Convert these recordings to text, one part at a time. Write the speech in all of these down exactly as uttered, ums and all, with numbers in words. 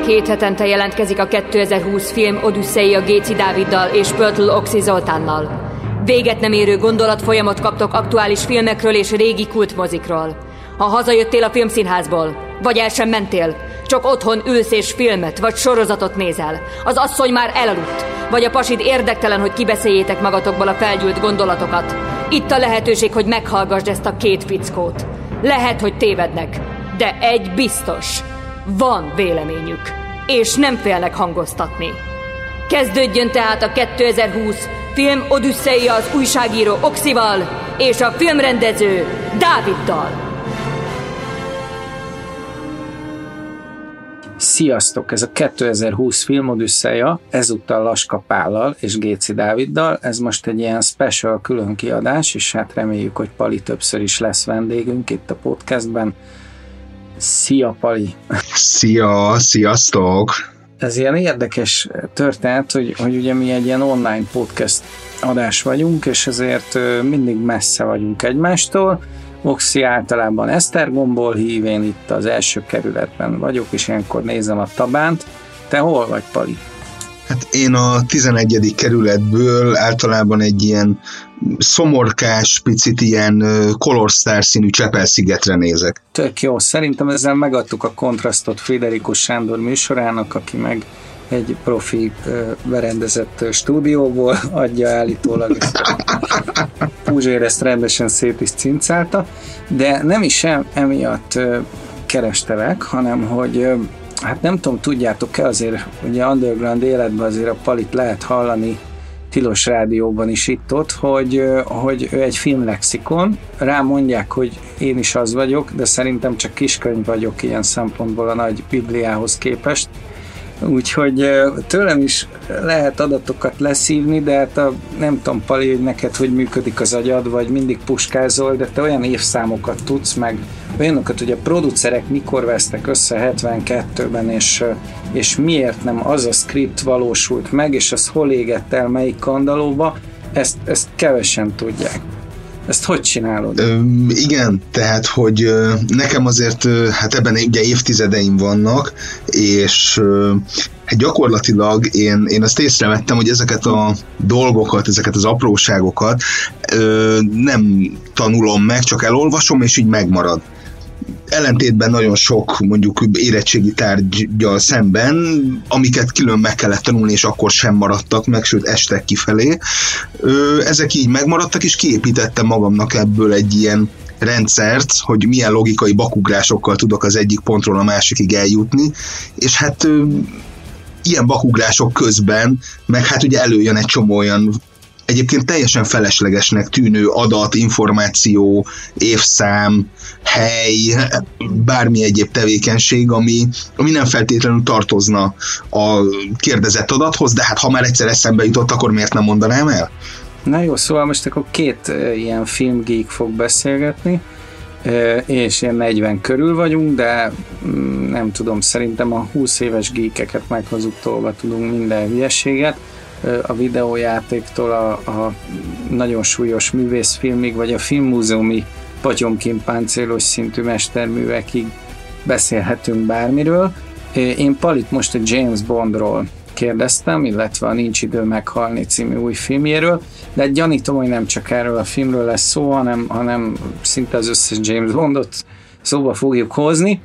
Két hetente jelentkezik a kétezer-húsz film Odüsszei Géci Dáviddal és Pöltl Oxi Zoltánnal. Véget nem érő gondolatfolyamot kaptok aktuális filmekről és régi kultmozikról. Ha hazajöttél a filmszínházból, vagy el sem mentél, csak otthon ülsz és filmet vagy sorozatot nézel, az asszony már elaludt, vagy a pasid érdektelen, hogy kibeszéljétek magatokból a felgyűlt gondolatokat, itt a lehetőség, hogy meghallgassd ezt a két fickót. Lehet, hogy tévednek, de egy biztos. Van véleményük, és nem félnek hangoztatni. Kezdődjön tehát a kétezer-húsz film Odüsszeia az újságíró Oxival és a filmrendező Dáviddal. Sziasztok! Ez a kétezer-húsz film Odüsszeia, ezúttal Laska Pállal és Géci Dáviddal. Ez most egy ilyen special külön kiadás, és hát reméljük, hogy Pali többször is lesz vendégünk itt a podcastben. Szia, Pali! Szia! Sziasztok! Ez ilyen érdekes történet, hogy, hogy ugye mi egy ilyen online podcast adás vagyunk, és ezért mindig messze vagyunk egymástól. Oxi általában Esztergomból hív, én itt az első kerületben vagyok, és ilyenkor nézem a Tabánt. Te hol vagy, Pali? Hát én a tizenegyedik kerületből általában egy ilyen szomorkás, picit ilyen Color színű Csepel-szigetre nézek. Tök jó, szerintem ezzel megadtuk a kontrasztot Friderikus Sándor műsorának, aki meg egy profi berendezett stúdióból adja állítólag. Puzsér ezt rendesen szét is cincálta, de nem is emiatt kerestelek, hanem hogy hát nem tudom, tudjátok-e, azért ugye underground életben azért a Palit lehet hallani Tilos Rádióban is itt-ott, hogy, hogy ő egy filmlexikon, rá mondják, hogy én is az vagyok, de szerintem csak kiskönyv vagyok ilyen szempontból a nagy Bibliához képest. Úgyhogy tőlem is lehet adatokat leszívni, de hát a, nem tudom, Pali, hogy neked hogy működik az agyad, vagy mindig puskázol, de te olyan évszámokat tudsz, meg olyanokat, hogy a producerek mikor vesztek össze hetvenkettőben, és, és miért nem az a script valósult meg, és az hol égett el melyik kandalóba, ezt, ezt kevesen tudják. Ezt hogy csinálod? Ö, igen, tehát, hogy ö, nekem azért, ö, hát ebben ugye évtizedeim vannak, és ö, hát gyakorlatilag én, én azt észrevettem, hogy ezeket a dolgokat, ezeket az apróságokat ö, nem tanulom meg, csak elolvasom, és így megmarad. Ellentétben nagyon sok mondjuk érettségi tárggyal szemben, amiket külön meg kellett tanulni, és akkor sem maradtak meg, sőt estek kifelé. Ezek így megmaradtak, és kiépítettem magamnak ebből egy ilyen rendszert, hogy milyen logikai bakugrásokkal tudok az egyik pontról a másikig eljutni, és hát ilyen bakugrások közben, meg hát ugye előjön egy csomó olyan egyébként teljesen feleslegesnek tűnő adat, információ, évszám, hely, bármi egyéb tevékenység, ami, ami nem feltétlenül tartozna a kérdezett adathoz, de hát ha már egyszer eszembe jutott, akkor miért nem mondanám el? Na jó, szóval most akkor két uh, ilyen filmgeek fog beszélgetni, uh, és ilyen negyven körül vagyunk, de um, nem tudom, szerintem a húsz éves geekeket meghozzuk tolva tudunk minden hülyeséget, a videójátéktól a, a nagyon súlyos művészfilmig, vagy a filmmúzeumi Potyomkin páncélos szintű mesterművekig beszélhetünk bármiről. Én Palit most a James Bondról kérdeztem, illetve a Nincs idő meghalni című új filmjéről, de gyanítom, hogy nem csak erről a filmről lesz szó, hanem, hanem szinte az összes James Bondot szóba fogjuk hozni.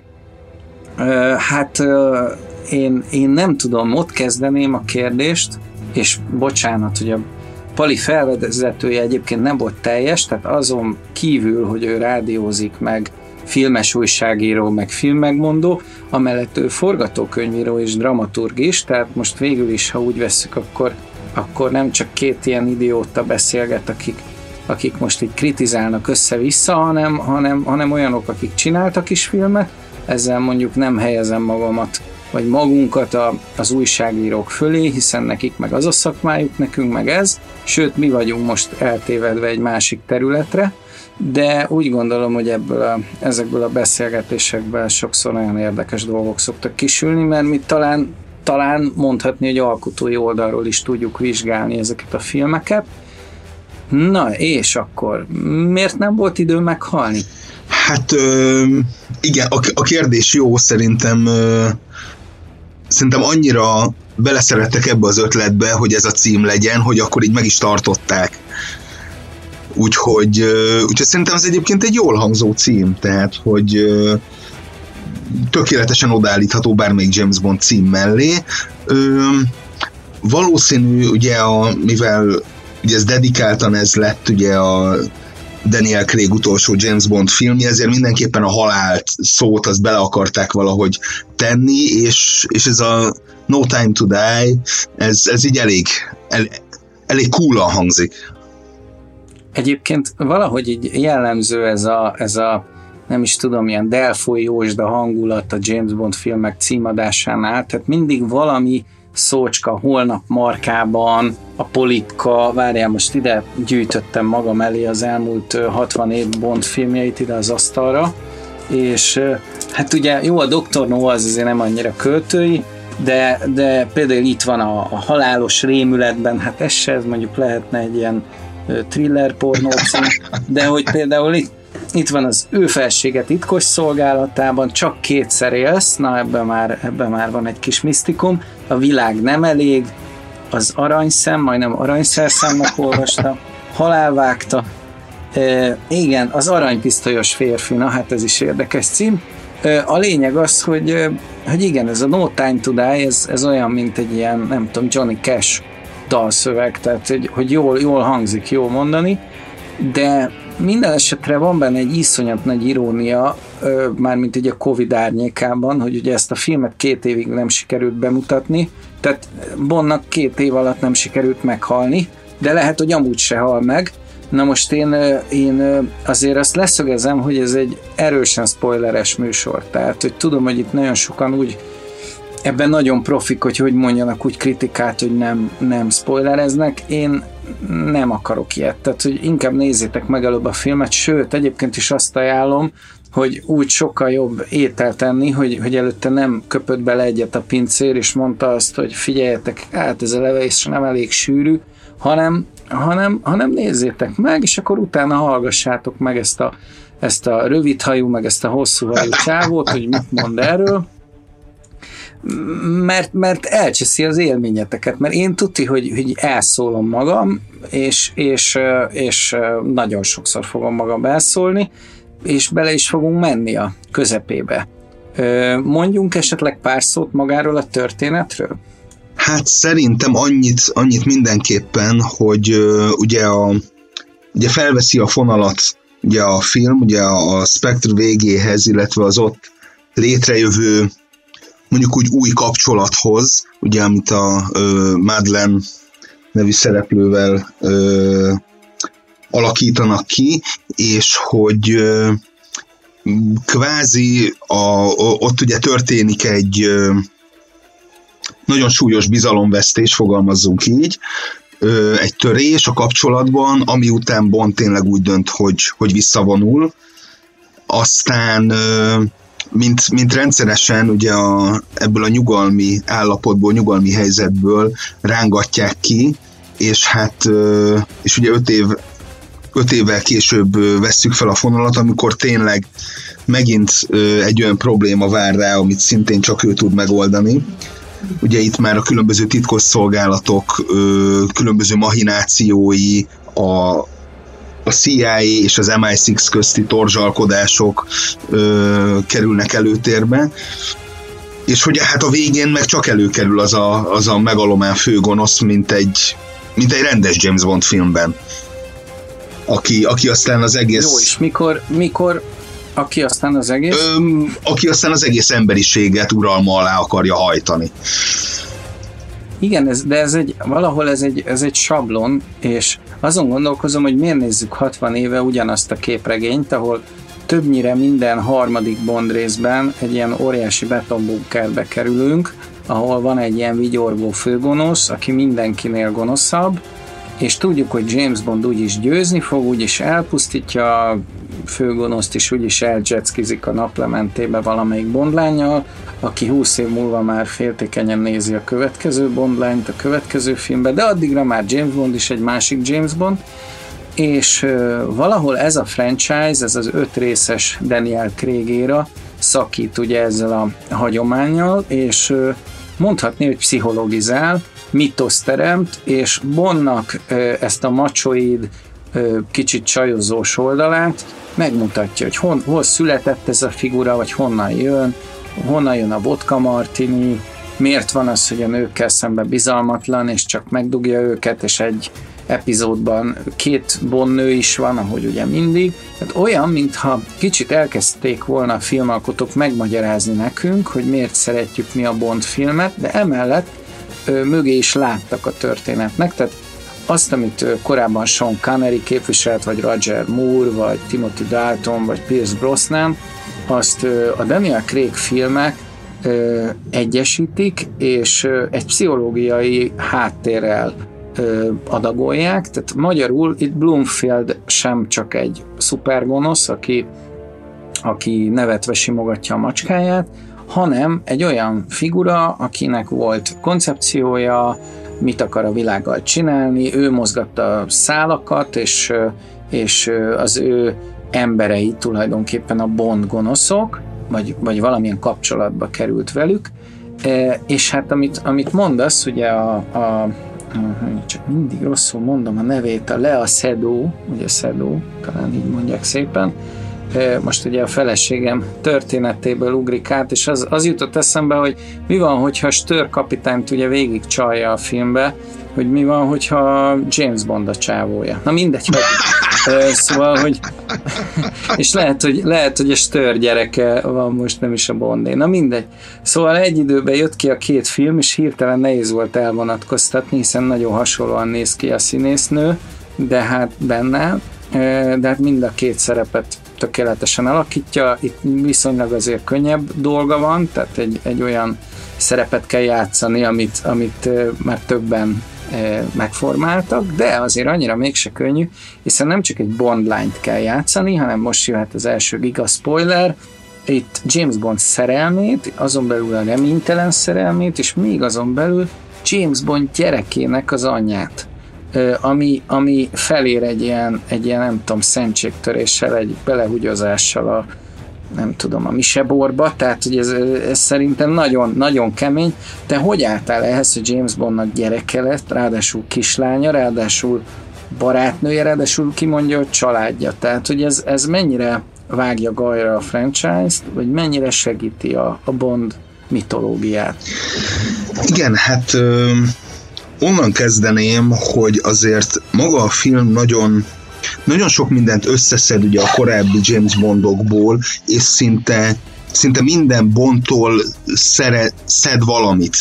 Hát én, én nem tudom, ott kezdeném a kérdést, és bocsánat, hogy a Pali felvezetője egyébként nem volt teljes, tehát azon kívül, hogy ő rádiózik, meg filmes újságíró, meg filmmegmondó, amellett ő forgatókönyvíró és dramaturg is, tehát most végül is, ha úgy vesszük, akkor, akkor nem csak két ilyen idióta beszélget, akik, akik most így kritizálnak össze-vissza, hanem, hanem, hanem olyanok, akik csináltak is filmet, ezzel mondjuk nem helyezem magamat vagy magunkat a, az újságírók fölé, hiszen nekik meg az a szakmájuk, nekünk meg ez, sőt, mi vagyunk most eltévedve egy másik területre, de úgy gondolom, hogy ebből a, ezekből a beszélgetésekből sokszor nagyon érdekes dolgok szoktak kisülni, mert mi talán, talán mondhatni, hogy alkotói oldalról is tudjuk vizsgálni ezeket a filmeket. Na, és akkor miért nem volt idő meghalni? Hát ö, igen, a, a kérdés jó, szerintem ö, szerintem annyira beleszerettek ebbe az ötletbe, hogy ez a cím legyen, hogy akkor így meg is tartották. Úgyhogy, úgyhogy szerintem ez egyébként egy jól hangzó cím, tehát hogy tökéletesen odaállítható bármelyik James Bond cím mellé. Valószínű, ugye, a, mivel ugye ez dedikáltan ez lett ugye a Daniel Craig utolsó James Bond filmje, ezért mindenképpen a halált szót azt bele akarták valahogy tenni, és, és ez a No Time to Die, ez, ez így elég, el, elég cool-an hangzik. Egyébként valahogy így jellemző ez a, ez a nem is tudom, ilyen Delfoy Józsda hangulat a James Bond filmek címadásánál, tehát mindig valami szócska holnap markában, a politika, várjál, most ide gyűjtöttem magam elé az elmúlt hatvan év Bond filmjeit ide az asztalra, és hát ugye jó, a doktor No az azért nem annyira költői, de, de például itt van a, a halálos rémületben, hát ez se, ez mondjuk lehetne egy ilyen thriller pornó cím, de hogy például itt, itt van az Ő felsége titkos szolgálatában, csak kétszer élsz, na ebben már, ebben már van egy kis misztikum, a világ nem elég, az aranyszem, majdnem aranyszerszámnak olvastam, halálvágta, e, igen, az aranypisztolyos férfi, na hát ez is érdekes cím. E, a lényeg az, hogy, hogy igen, ez a No Time to Die, ez, ez olyan, mint egy ilyen, nem tudom, Johnny Cash dalszöveg, tehát hogy, hogy jól, jól hangzik, jól mondani, de minden esetre van benne egy iszonyat nagy irónia, mármint ugye a Covid árnyékában, hogy ugye ezt a filmet két évig nem sikerült bemutatni, tehát Bondnak két év alatt nem sikerült meghalni, de lehet, hogy amúgy se hal meg. Na most én, én azért azt leszögezem, hogy ez egy erősen spoileres műsor, tehát hogy tudom, hogy itt nagyon sokan úgy ebben nagyon profik, hogy hogy mondjanak úgy kritikát, hogy nem, nem spoilereznek. Én nem akarok ilyet, tehát hogy inkább nézzétek meg előbb a filmet, sőt, egyébként is azt ajánlom, hogy úgy sokkal jobb ételt enni, hogy, hogy előtte nem köpött bele egyet a pincér, és mondta azt, hogy figyeljetek, hát ez a levés nem elég sűrű, hanem, hanem, hanem nézzétek meg, és akkor utána hallgassátok meg ezt a, ezt a rövidhajú, meg ezt a hosszúhajú csávót, hogy mit mond erről, Mert, mert elcseszi az élményeteket, mert én tuti, hogy, hogy elszólom magam, és, és, és nagyon sokszor fogom magam elszólni, és bele is fogunk menni a közepébe. Mondjunk esetleg pár szót magáról a történetről? Hát szerintem annyit, annyit mindenképpen, hogy uh, ugye, a, ugye felveszi a fonalat ugye a film, ugye a Spectre végéhez, illetve az ott létrejövő mondjuk úgy új kapcsolathoz, ugye amit a uh, Madeleine nevű szereplővel uh, alakítanak ki, és hogy uh, kvázi a, ott ugye történik egy uh, nagyon súlyos bizalomvesztés, fogalmazzunk így, uh, egy törés a kapcsolatban, ami után Bond tényleg úgy dönt, hogy, hogy visszavonul. Aztán uh, mint, mint rendszeresen ugye a, ebből a nyugalmi állapotból, nyugalmi helyzetből rángatják ki, és hát uh, és ugye öt év öt évvel később vesszük fel a fonalat, amikor tényleg megint egy olyan probléma vár rá, amit szintén csak ő tud megoldani. Ugye itt már a különböző titkosszolgálatok különböző mahinációi, a, a C I A és az M I hat közti torzsalkodások kerülnek előtérbe, és hogy hát a végén meg csak előkerül az a, az a megalomán főgonosz, mint egy, mint egy rendes James Bond filmben. Aki, aki aztán az egész... Jó, és mikor, mikor aki aztán az egész... Öm, aki aztán az egész emberiséget uralma alá akarja hajtani. Igen, ez, de ez egy, valahol ez egy, ez egy sablon, és azon gondolkozom, hogy miért nézzük hatvan éve ugyanazt a képregényt, ahol többnyire minden harmadik Bond részben egy ilyen óriási betonbunkerbe kerülünk, ahol van egy ilyen vigyorgó főgonosz, aki mindenkinél gonoszabb, és tudjuk, hogy James Bond úgyis győzni fog, úgyis elpusztítja a főgonoszt, és úgyis eljetskizik a naplementébe valamelyik Bondlánnyal, aki húsz év múlva már féltékenyen nézi a következő Bondlányt a következő filmbe, de addigra már James Bond is egy másik James Bond, és uh, valahol ez a franchise, ez az öt részes Daniel Craig éra szakít ugye ezzel a hagyománnyal, és uh, mondhatni, hogy pszichologizál, mitoszt teremt, és Bondnak ezt a macsoid, kicsit csajozós oldalát megmutatja, hogy hon, hol született ez a figura, vagy honnan jön, honnan jön a vodka martini, miért van az, hogy a nőkkel szemben bizalmatlan, és csak megdugja őket, és egy epizódban két Bond nő is van, ahogy ugye mindig. Tehát olyan, mintha kicsit elkezdték volna a filmalkotók megmagyarázni nekünk, hogy miért szeretjük mi a Bond filmet, de emellett ö, mögé is láttak a történetnek, tehát azt, amit ö, korábban Sean Connery képviselt, vagy Roger Moore, vagy Timothy Dalton, vagy Pierce Brosnan, azt ö, a Daniel Craig filmek ö, egyesítik, és ö, egy pszichológiai háttérrel adagolják, tehát magyarul itt Bloomfield sem csak egy szupergonosz, aki, aki nevetve simogatja a macskáját, hanem egy olyan figura, akinek volt koncepciója, mit akar a világgal csinálni, ő mozgatta a szálakat, és, és az ő emberei tulajdonképpen a Bond gonoszok, vagy, vagy valamilyen kapcsolatba került velük, és hát amit, amit mondasz, ugye a, a csak mindig rosszul mondom a nevét, a Lea Seydoux, ugye Seydoux, talán így mondják szépen. Most ugye a feleségem történetéből ugrik át, és az, az jutott eszembe, hogy mi van, hogyha Stör kapitányt ugye végig csalja a filmbe, hogy mi van, hogyha James Bond a csávója. Na mindegy, hogy szóval, hogy és lehet, hogy, lehet, hogy a Stör gyereke van most, nem is a Bondé. Na mindegy. Szóval egy időben jött ki a két film, és hirtelen nehéz volt elvonatkoztatni, hiszen nagyon hasonlóan néz ki a színésznő, de hát benne, de hát mind a két szerepet tökéletesen alakítja. Itt viszonylag azért könnyebb dolga van, tehát egy, egy olyan szerepet kell játszani, amit, amit már többen megformáltak, de azért annyira mégse könnyű, hiszen nem csak egy Bond lányt kell játszani, hanem most jöhet az első giga spoiler, itt James Bond szerelmét, azon belül a reménytelen szerelmét, és még azon belül James Bond gyerekének az anyját, ami, ami felér egy ilyen, egy ilyen, nem tudom, szentségtöréssel, egy belehugyozással a nem tudom, a miseborba, tehát hogy ez, ez szerintem nagyon, nagyon kemény, de hogy álltál ehhez, hogy James Bondnak gyereke lett, ráadásul kislánya, ráadásul barátnője, ráadásul kimondja, hogy családja, tehát hogy ez, ez mennyire vágja gajra a franchise-t, vagy mennyire segíti a, a Bond mitológiát? Igen, hát ö, onnan kezdeném, hogy azért maga a film nagyon nagyon sok mindent összeszed ugye a korábbi James Bondokból, és szinte, szinte minden Bondtól szere, szed valamit.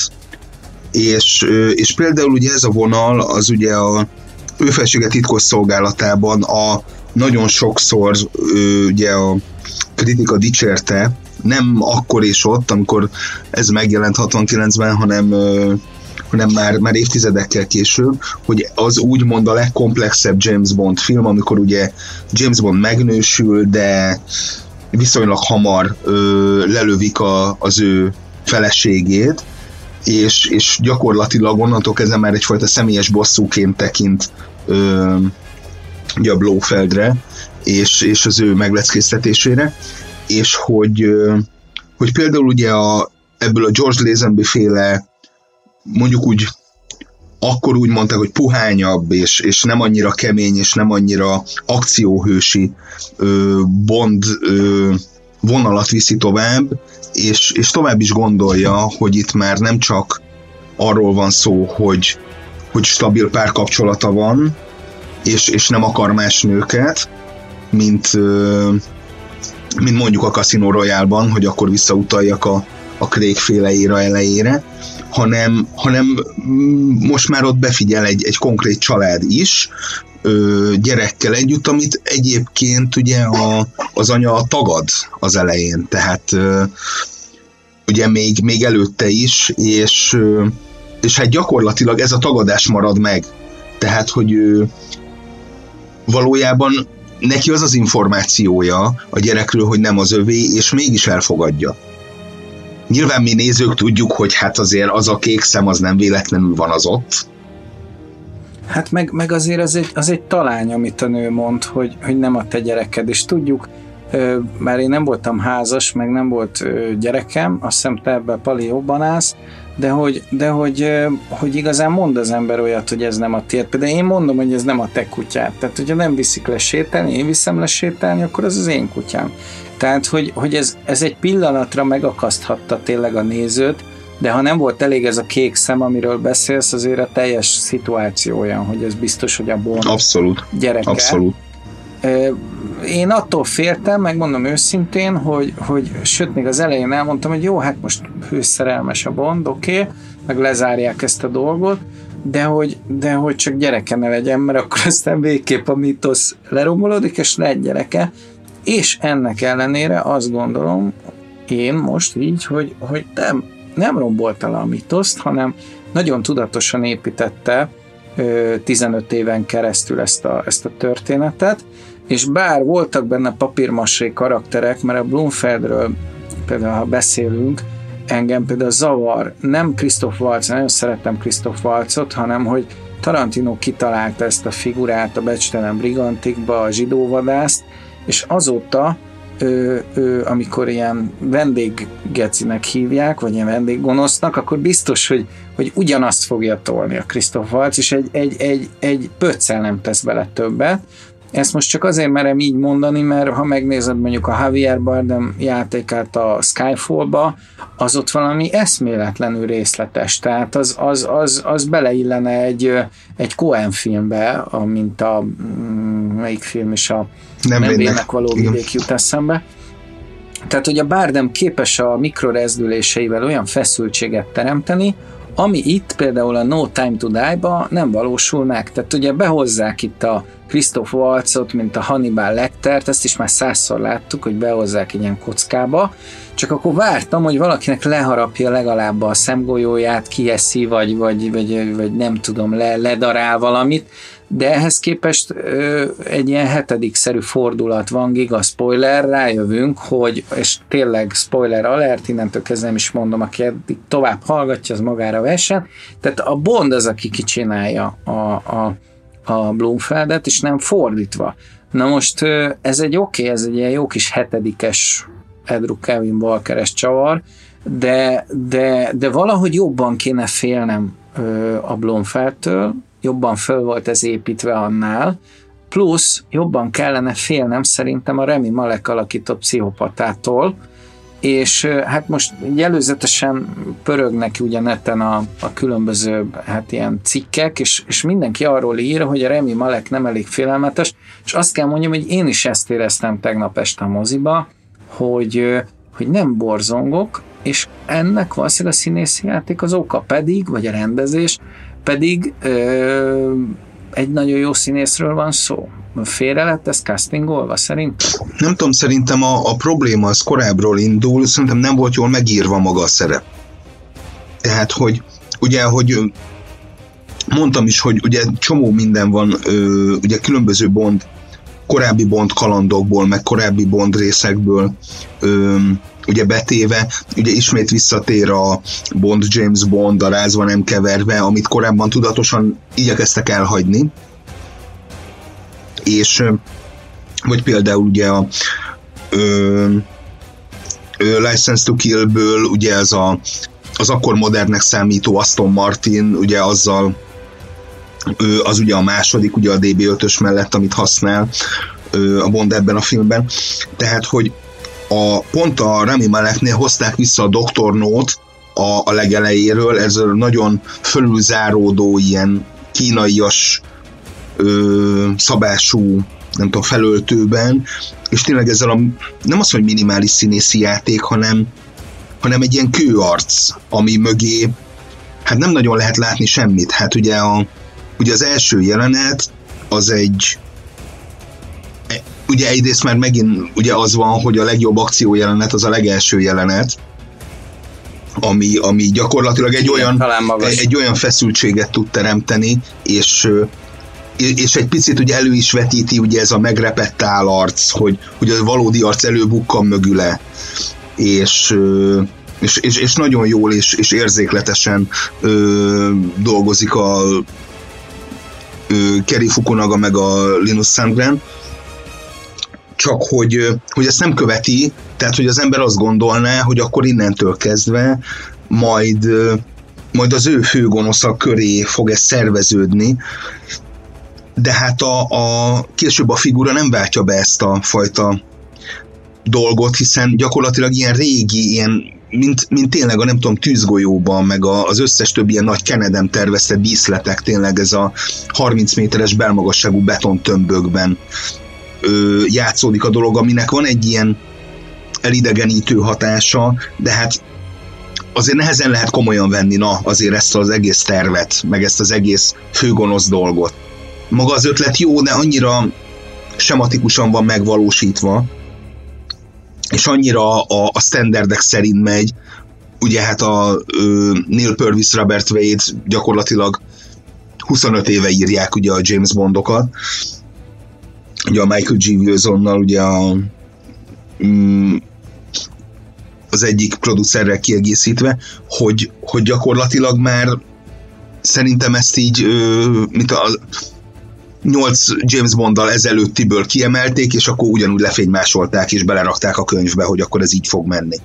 És, és például ugye ez a vonal, az ugye a ő felsége titkos szolgálatában a nagyon sokszor ugye a kritika dicsérte, nem akkor és ott, amikor ez megjelent hatvankilencben, hanem hanem már, már évtizedekkel később, hogy az úgymond a legkomplexebb James Bond film, amikor ugye James Bond megnősül, de viszonylag hamar ö, lelövik a, az ő feleségét, és, és gyakorlatilag onnantól kezdve már egyfajta személyes bosszúként tekint ö, ugye a Blofeldre, és, és az ő megleckéztetésére, és hogy, ö, hogy például ugye a, ebből a George Lazenby féle mondjuk úgy, akkor úgy mondták, hogy puhányabb, és, és nem annyira kemény, és nem annyira akcióhősi ö, Bond ö, vonalat viszi tovább, és, és tovább is gondolja, hogy itt már nem csak arról van szó, hogy, hogy stabil párkapcsolata van, és, és nem akar más nőket, mint, ö, mint mondjuk a Casino Royale-ban, hogy akkor visszautaljak a, a Craig féle éra elejére, hanem, hanem most már ott befigyel egy, egy konkrét család is, ö, gyerekkel együtt, amit egyébként ugye a, az anya tagad az elején, tehát ö, ugye még, még előtte is, és, ö, és hát gyakorlatilag ez a tagadás marad meg, tehát hogy ö, valójában neki az az információja a gyerekről, hogy nem az övé, és mégis elfogadja. Nyilván mi nézők tudjuk, hogy hát azért az a kék szem az nem véletlenül van az ott. Hát meg, meg azért az egy, az egy talány, amit a nő mond, hogy, hogy nem a te gyereked, és tudjuk, mert én nem voltam házas, meg nem volt gyerekem, azt hiszem te ebben Pali jobban állsz, de hogy, de hogy, hogy igazán mond az ember olyat, hogy ez nem a tiéd. De én mondom, hogy ez nem a te kutyád. Tehát, hogyha nem viszik le sétálni, én viszem le sétálni, akkor az az én kutyám. Tehát, hogy, hogy ez, ez egy pillanatra megakaszthatta tényleg a nézőt, de ha nem volt elég ez a kék szem, amiről beszélsz, azért a teljes szituáció olyan, hogy ez biztos, hogy a Bond abszolút, gyereke. Abszolút. Én attól féltem, megmondom őszintén, hogy, hogy sőt, még az elején elmondtam, hogy jó, hát most hőszerelmes a Bond, oké, okay, meg lezárják ezt a dolgot, de hogy, de hogy csak gyereke ne legyen, mert akkor aztán végképp a mítosz lerombolódik, és lehet gyereke, és ennek ellenére azt gondolom, én most így, hogy, hogy nem, nem rombolta le a mitoszt, hanem nagyon tudatosan építette tizenöt éven keresztül ezt a, ezt a történetet, és bár voltak benne papírmassé karakterek, mert a Blomfeldről például, ha beszélünk, engem például zavar, nem Christoph Waltz, nagyon szeretem Christoph Waltzot, hanem hogy Tarantino kitalálta ezt a figurát a Becstelen Brigantikba, a zsidóvadászt, és azóta Ő, ő, amikor ilyen vendéggecinek hívják, vagy ilyen vendéggonosznak, akkor biztos, hogy, hogy ugyanazt fogja tolni a Christoph Waltz, és egy, egy, egy, egy pöccel nem tesz bele többet. Ezt most csak azért merem így mondani, mert ha megnézed mondjuk a Javier Bardem játékát a Skyfallba, az ott valami eszméletlenül részletes, tehát az, az, az, az beleillene egy, egy Coen filmbe, mint a melyik film is a nem, nem vének való vidék jut eszembe. Tehát, hogy a Bardem képes a mikrorezdüléseivel olyan feszültséget teremteni, ami itt például a No Time to Die-ba nem valósul meg. Tehát ugye behozzák itt a Christoph Waltzot, mint a Hannibal Lectert, ezt is már százszor láttuk, hogy behozzák egy ilyen kockába, csak akkor vártam, hogy valakinek leharapja legalább a szemgolyóját, kieszi, vagy, vagy, vagy, vagy nem tudom, le, ledarál valamit, de ehhez képest ö, egy ilyen hetedikszerű fordulat van, giga spoiler, rájövünk, hogy, és tényleg spoiler alert, innentől kezdve nem is mondom, aki eddig tovább hallgatja, az magára vessen, tehát a Bond az, aki kicsinálja a, a, a Blomfeldet, és nem fordítva. Na most ö, ez egy oké, okay, ez egy ilyen jó kis hetedikes Andrew Kevin Walkeres csavar, de, de, de valahogy jobban kéne félnem ö, a Blomfeldtől, jobban föl volt ez építve annál, plusz jobban kellene félnem szerintem a Rami Malek alakított pszichopatától, és hát most előzetesen pörögnek ugye neten a, a különböző hát ilyen cikkek, és, és mindenki arról ír, hogy a Rami Malek nem elég félelmetes, és azt kell mondjam, hogy én is ezt éreztem tegnap este a moziba, hogy, hogy nem borzongok, és ennek valószínűleg a színészi játék az oka pedig, vagy a rendezés, pedig ö, egy nagyon jó színészről van szó. Félre lett ez castingolva szerintem? Nem tudom, szerintem a, a probléma az korábbról indul, szerintem nem volt jól megírva maga a szerep. Tehát, hogy ugye, hogy mondtam is, hogy ugye csomó minden van, ö, ugye különböző Bond, korábbi Bond kalandokból, meg korábbi Bond részekből ö, ugye betéve, ugye ismét visszatér a Bond, James Bond, a rázva nem keverve, amit korábban tudatosan igyekeztek elhagyni. És vagy például ugye a ö, ö, License to Kill-ből ugye ez a, az akkor modernnek számító Aston Martin, ugye azzal ö, az ugye a második, ugye a dé bé ötös mellett, amit használ ö, a Bond ebben a filmben. Tehát, hogy a, pont a Rami Maleknél hozták vissza a doktor No-t a, a legelejéről, ez nagyon fölülzáródó, ilyen kínaias ö, szabású, nem tudom, felöltőben, és tényleg ezzel a, nem az, hogy minimális színészi játék, hanem, hanem egy ilyen kőarc, ami mögé hát nem nagyon lehet látni semmit. Hát ugye, a, ugye az első jelenet az egy ugye egyrészt már megint ugye az van, hogy a legjobb akciójelenet az a legelső jelenet, ami, ami gyakorlatilag egy olyan, egy, egy olyan feszültséget tud teremteni, és, és egy picit ugye elő is vetíti ugye ez a megrepett állarc, hogy, hogy a valódi arc előbukkan mögüle, és, és, és, és nagyon jól és, és érzékletesen ö, dolgozik a ö, Cary Fukunaga meg a Linus Sandgren, csak hogy, hogy ezt nem követi, tehát hogy az ember azt gondolná, hogy akkor innentől kezdve majd majd az ő főgonoszak köré fog ez szerveződni, de hát a, a később a figura nem váltja be ezt a fajta dolgot, hiszen gyakorlatilag ilyen régi, ilyen, mint, mint tényleg a nem tudom, tűzgolyóban, meg a, az összes többi ilyen nagy Kenedem tervezte díszletek, tényleg ez a harminc méteres belmagasságú betontömbökben ö, játszódik a dolog, aminek van egy ilyen elidegenítő hatása, de hát azért nehezen lehet komolyan venni, na, azért ezt az egész tervet, meg ezt az egész főgonosz dolgot. Maga az ötlet jó, de annyira sematikusan van megvalósítva, és annyira a, a standardek szerint megy, ugye hát a ö, Neil Purvis, Robert Wade gyakorlatilag huszonöt éve írják ugye a James Bondokat, ugye a Michael G. Wilsonnal ugye a mm, az egyik producerrel kiegészítve, hogy, hogy gyakorlatilag már szerintem ezt így, ö, mint a nyolc James Bonddal ezelőttiből kiemelték, és akkor ugyanúgy lefénymásolták, és belerakták a könyvbe, hogy akkor ez így fog menni.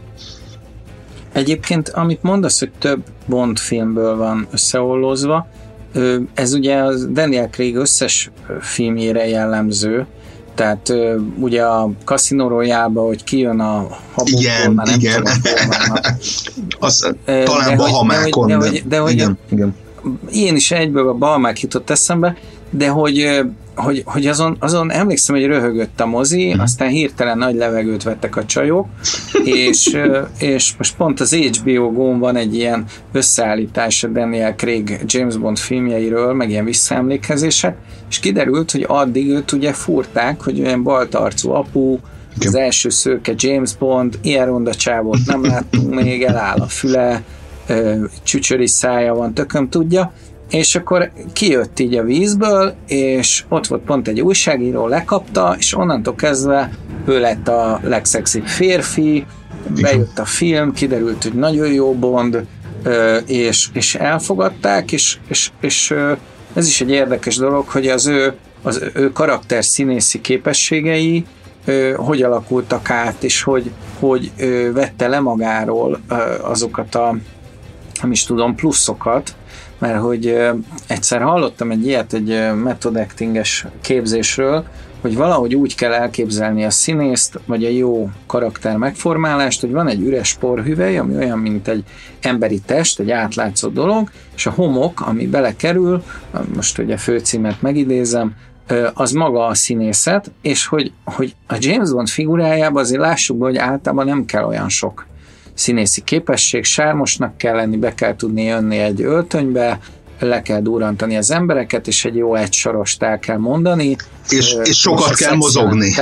Egyébként, amit mondasz, hogy több Bond filmből van összeollózva, ez ugye a Daniel Craig összes filmjére jellemző, tehát ugye a Casino Royale-ba, hogy kijön a habokból, igen, már nem igen. tudom, az, talán Bahamákon. De, de, de, de hogy igen, igen. Én is egyből a Bahamák jutott eszembe, de hogy, hogy, hogy azon, azon emlékszem, hogy röhögött a mozi, mm. aztán hirtelen nagy levegőt vettek a csajok, és, és most pont az há bé o Go-n van egy ilyen összeállítás a Daniel Craig James Bond filmjeiről, meg ilyen visszaemlékezések, és kiderült, hogy addig őt ugye fúrták, hogy olyan baltarcú apu, az első szőke James Bond, ilyen ronda csávót nem láttunk még, eláll a füle, csücsöri szája van, tököm tudja, és akkor kijött így a vízből, és ott volt pont egy újságíró, lekapta, és onnantól kezdve ő lett a legszexibb férfi, bejött a film, kiderült, hogy nagyon jó Bond, és, és elfogadták, és, és, és ez is egy érdekes dolog, hogy az ő, az ő karakter színészi képességei hogy alakultak át, és hogy, hogy vette le magáról azokat a, nem is tudom, pluszokat, mert hogy uh, egyszer hallottam egy ilyet, egy uh, method actinges képzésről, hogy valahogy úgy kell elképzelni a színészt, vagy a jó karakter megformálást, hogy van egy üres porhüvely, ami olyan, mint egy emberi test, egy átlátszó dolog, és a homok, ami belekerül, most ugye főcímet megidézem, uh, az maga a színészet, és hogy, hogy a James Bond figurájában azért lássuk be, hogy általában nem kell olyan sok színészi képesség, sármosnak kell lenni, be kell tudni jönni egy öltönybe, le kell durrantani az embereket, és egy jó egysorost el kell mondani. És, és sokat kell mozogni.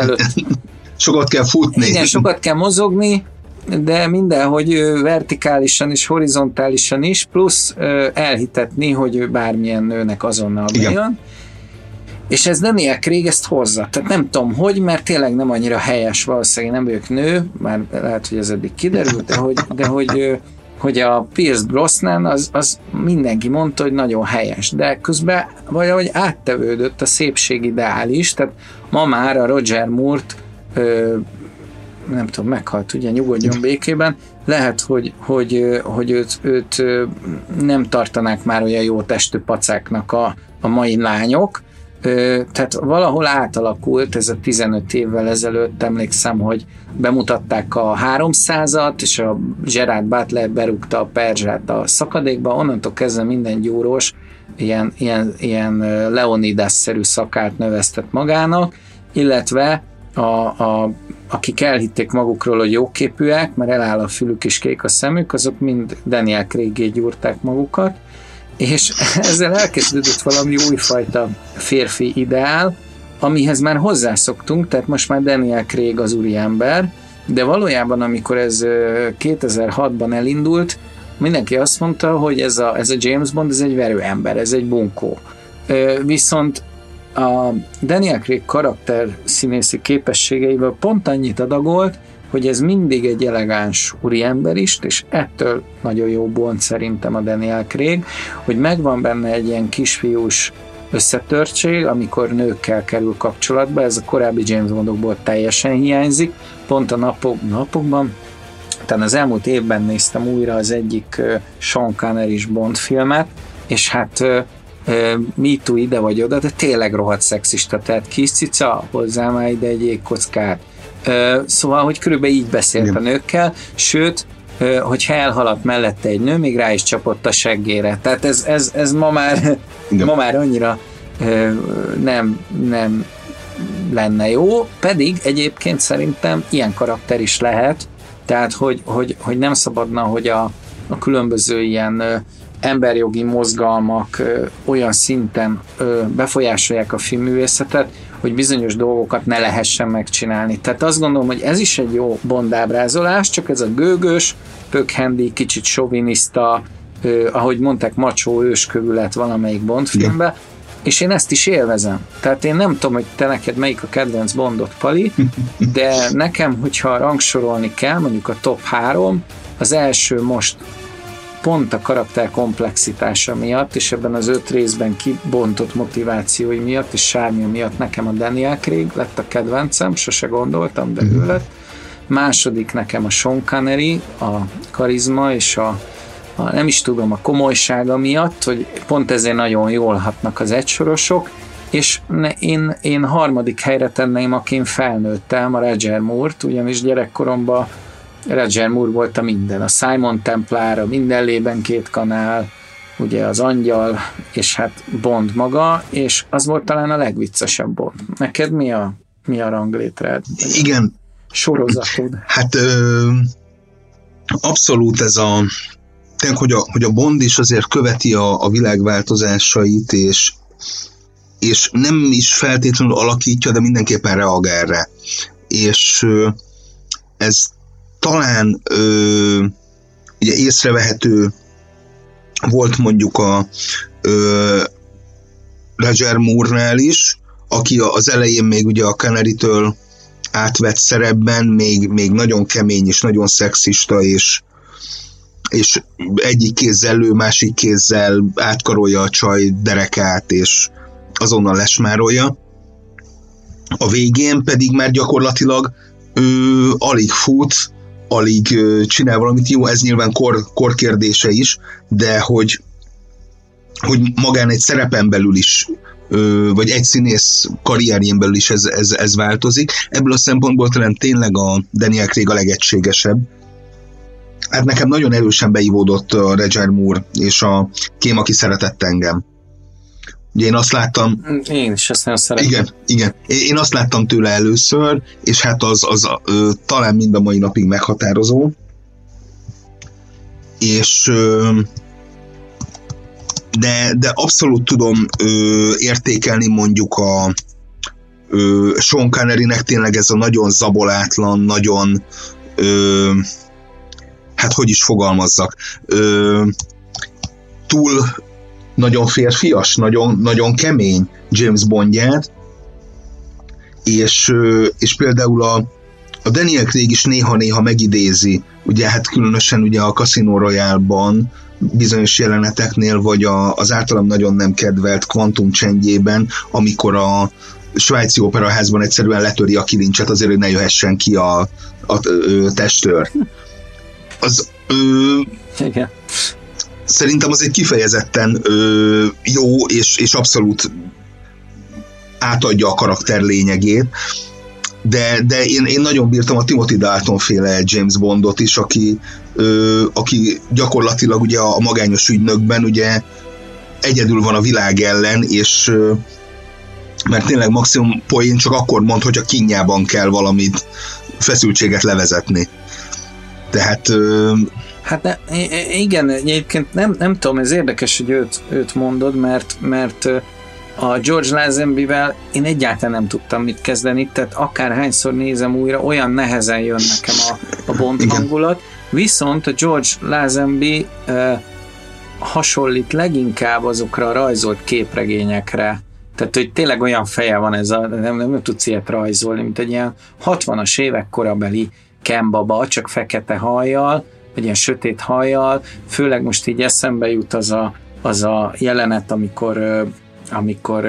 Sokat kell futni. Igen, sokat kell mozogni, de mindenhogy vertikálisan és horizontálisan is, plusz elhitetni, hogy ő bármilyen nőnek azonnal bejön. És ez Daniel Craig ezt hozza. Tehát nem tudom, hogy, mert tényleg nem annyira helyes, valószínűleg nem ők nő, már lehet, hogy ez eddig kiderült, de hogy, de hogy, hogy a Pierce Brosnan, az, az mindenki mondta, hogy nagyon helyes, de közben valahogy áttevődött a szépség ideális, tehát ma már a Roger Moore-t nem tudom, meghalt, ugye, nyugodjon békében, lehet, hogy, hogy, hogy őt, őt nem tartanák már olyan jó testű pacáknak a, a mai lányok. Tehát valahol átalakult ez a tizenöt évvel ezelőtt, emlékszem, hogy bemutatták a háromszázat, és a Gerard Butler berúgta a perzsát a szakadékba, onnantól kezdve minden gyúrós ilyen, ilyen, ilyen Leonidas-szerű szakárt növesztett magának, illetve a, a, akik elhitték magukról, hogy jóképűek, mert eláll a fülük és kék a szemük, azok mind Daniel Craig-é gyúrták magukat, és ezzel elkezdődött valami újfajta férfi ideál, amihez már hozzászoktunk, tehát most már Daniel Craig az úriember, de valójában amikor ez kétezer-hatban elindult, mindenki azt mondta, hogy ez a, ez a James Bond, ez egy verőember, ez egy bunkó. Viszont a Daniel Craig karakter színészi képességeivel pont annyit adagolt, hogy ez mindig egy elegáns úriember is, és ettől nagyon jó Bond szerintem a Daniel Craig, hogy megvan benne egy ilyen kisfiús összetörtség, amikor nőkkel kerül kapcsolatba, ez a korábbi James Bondokból teljesen hiányzik, pont a napok, napokban héten, az elmúlt évben néztem újra az egyik Sean Connery-s Bond filmet, és hát Me Too ide vagy oda, de tényleg rohadt szexista, tehát kis cica, hozzá már ide egy jégkockát. Szóval, hogy körülbelül így beszélt a nőkkel, sőt, hogyha elhaladt mellette egy nő, még rá is csapott a seggére. Tehát ez, ez, ez ma, már, ma már annyira nem, nem lenne jó, pedig egyébként szerintem ilyen karakter is lehet, tehát hogy, hogy, hogy nem szabadna, hogy a, a különböző ilyen emberjogi mozgalmak ö, olyan szinten ö, befolyásolják a filmművészetet, hogy bizonyos dolgokat ne lehessen megcsinálni. Tehát azt gondolom, hogy ez is egy jó Bond ábrázolás, csak ez a gőgös, pökhendi, kicsit soviniszta, ö, ahogy mondták, macsó őskövület valamelyik Bond filmben, és én ezt is élvezem. Tehát én nem tudom, hogy te neked melyik a kedvenc Bondot, Pali, de nekem, hogyha rangsorolni kell, mondjuk a top három, az első most pont a karakter komplexitása miatt, és ebben az öt részben kibontott motivációi miatt, és sármia miatt nekem a Daniel Craig lett a kedvencem, sose gondoltam, de ő lett. Második nekem a Sean Connery, a karizma és a, a nem is tudom, a komolysága miatt, hogy pont ezért nagyon jól hatnak az egysorosok, és ne, én, én harmadik helyre tenném, akin felnőttem, a Roger Moore-t, ugyanis gyerekkoromban Roger Moore volt a minden, a Simon Templar, a Mindenlében két kanál, ugye az Angyal, és hát Bond maga, és az volt talán a legviccesebb Bond. Neked mi a, mi a ranglétrád? Igen. Sorozatod? Hát ö, abszolút ez a tényleg, hogy a, hogy a Bond is azért követi a, a világváltozásait, és, és nem is feltétlenül alakítja, de mindenképpen reagál rá. És ö, ez talán ö, ugye észrevehető volt mondjuk a ö, Roger Moore-nál is, aki az elején még ugye a Connery-től átvett szerepben még, még nagyon kemény és nagyon szexista, és, és egyik kézzel lő, másik kézzel átkarolja a csaj derekát, és azonnal lesmárolja. A végén pedig már gyakorlatilag ő alig fut, alig ö, csinál valamit. Jó, ez nyilván kor, kor kérdése is, de hogy, hogy magán egy szerepen belül is, ö, vagy egy színész karrierjén belül is ez, ez, ez változik. Ebből a szempontból talán tényleg a Daniel Craig a legegységesebb. Hát nekem nagyon erősen beivódott a Roger Moore, és a Kém, aki szeretett engem. Ugye én azt láttam... Én is ezt nagyon szeretem. Igen, igen. Én azt láttam tőle először, és hát az, az ö, talán mind a mai napig meghatározó. És ö, de, de abszolút tudom ö, értékelni mondjuk a ö, Sean Connerynek tényleg ez a nagyon zabolátlan, nagyon ö, hát hogy is fogalmazzak, ö, túl nagyon férfias, nagyon, nagyon kemény James Bondját, és, és például a, a Daniel Craig is néha-néha megidézi, ugye hát különösen ugye a Casino Royale-ban bizonyos jeleneteknél, vagy a, az általam nagyon nem kedvelt Quantum csendjében, amikor a svájci operaházban egyszerűen letöri a kilincset azért, hogy ne jöhessen ki a, a, a testőr. Az... Ö, Igen. Szerintem az egy kifejezetten ö, jó, és, és abszolút átadja a karakter lényegét, de, de én, én nagyon bírtam a Timothy Dalton féle James Bondot is, aki, ö, aki gyakorlatilag ugye a magányos ügynökben ugye egyedül van a világ ellen, és ö, mert tényleg maximum poén csak akkor mond, hogy a kínjában kell valamit, feszültséget levezetni. Tehát... Ö, Hát ne, igen, egyébként nem, nem tudom, ez érdekes, hogy őt, őt mondod, mert, mert a George Lazenbyvel én egyáltalán nem tudtam mit kezdeni, tehát akárhányszor nézem újra, olyan nehezen jön nekem a, a Bond hangulat, viszont a George Lazenby uh, hasonlít leginkább azokra a rajzolt képregényekre, tehát hogy tényleg olyan feje van ez a, nem, nem, nem tudsz ilyet rajzolni, mint egy ilyen hatvanas évek korabeli Ken baba, csak fekete hajjal, egy ilyen sötét hajjal, főleg most így eszembe jut az a, az a jelenet, amikor, amikor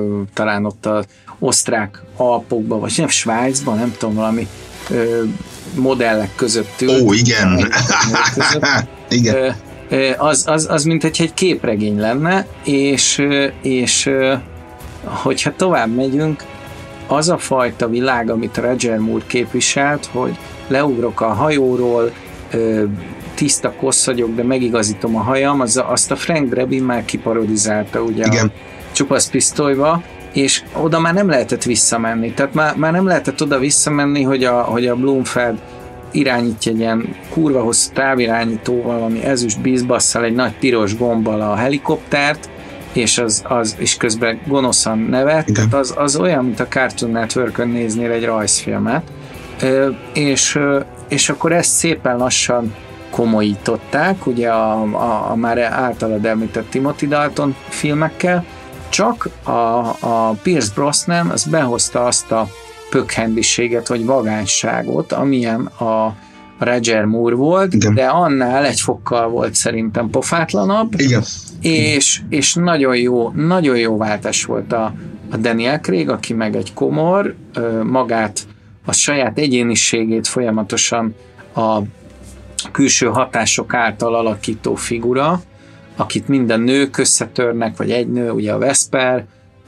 talán ott az osztrák Alpokban, vagy nem, Svájcban, nem tudom, valami modellek között ül. Ó, igen. Között, igen. Az, az, az mint hogy egy képregény lenne, és, és hogyha tovább megyünk, az a fajta világ, amit Roger Moore képviselt, hogy leugrok a hajóról, tiszta kosszagyok, de megigazítom a hajam, az, azt a Frank Drebin már kiparodizálta ugye igen. a Csupasz pisztolyba, és oda már nem lehetett visszamenni. Tehát már, már nem lehetett oda visszamenni, hogy a, hogy a Blomfeld irányítja egy ilyen kurva hosszú távirányítóval, valami ezüst bízbasszal, egy nagy piros gombbal a helikoptert, és, az, az, és közben gonoszan nevet. Igen. Tehát az, az olyan, mint a Cartoon Networkön néznél egy rajzfilmet. Ö, és, és akkor ezt szépen lassan komolyították, ugye a, a, a már általad említett Timothy Dalton filmekkel, csak a, a Pierce Brosnan az behozta azt a pökhendiséget, vagy vagányságot, amilyen a Roger Moore volt, igen. de annál egy fokkal volt szerintem pofátlanabb, igen. És, és nagyon jó, nagyon jó váltás volt a, a Daniel Craig, aki meg egy komor, magát, a saját egyéniségét folyamatosan a külső hatások által alakító figura, akit minden nők összetörnek, vagy egy nő, ugye a Vesper,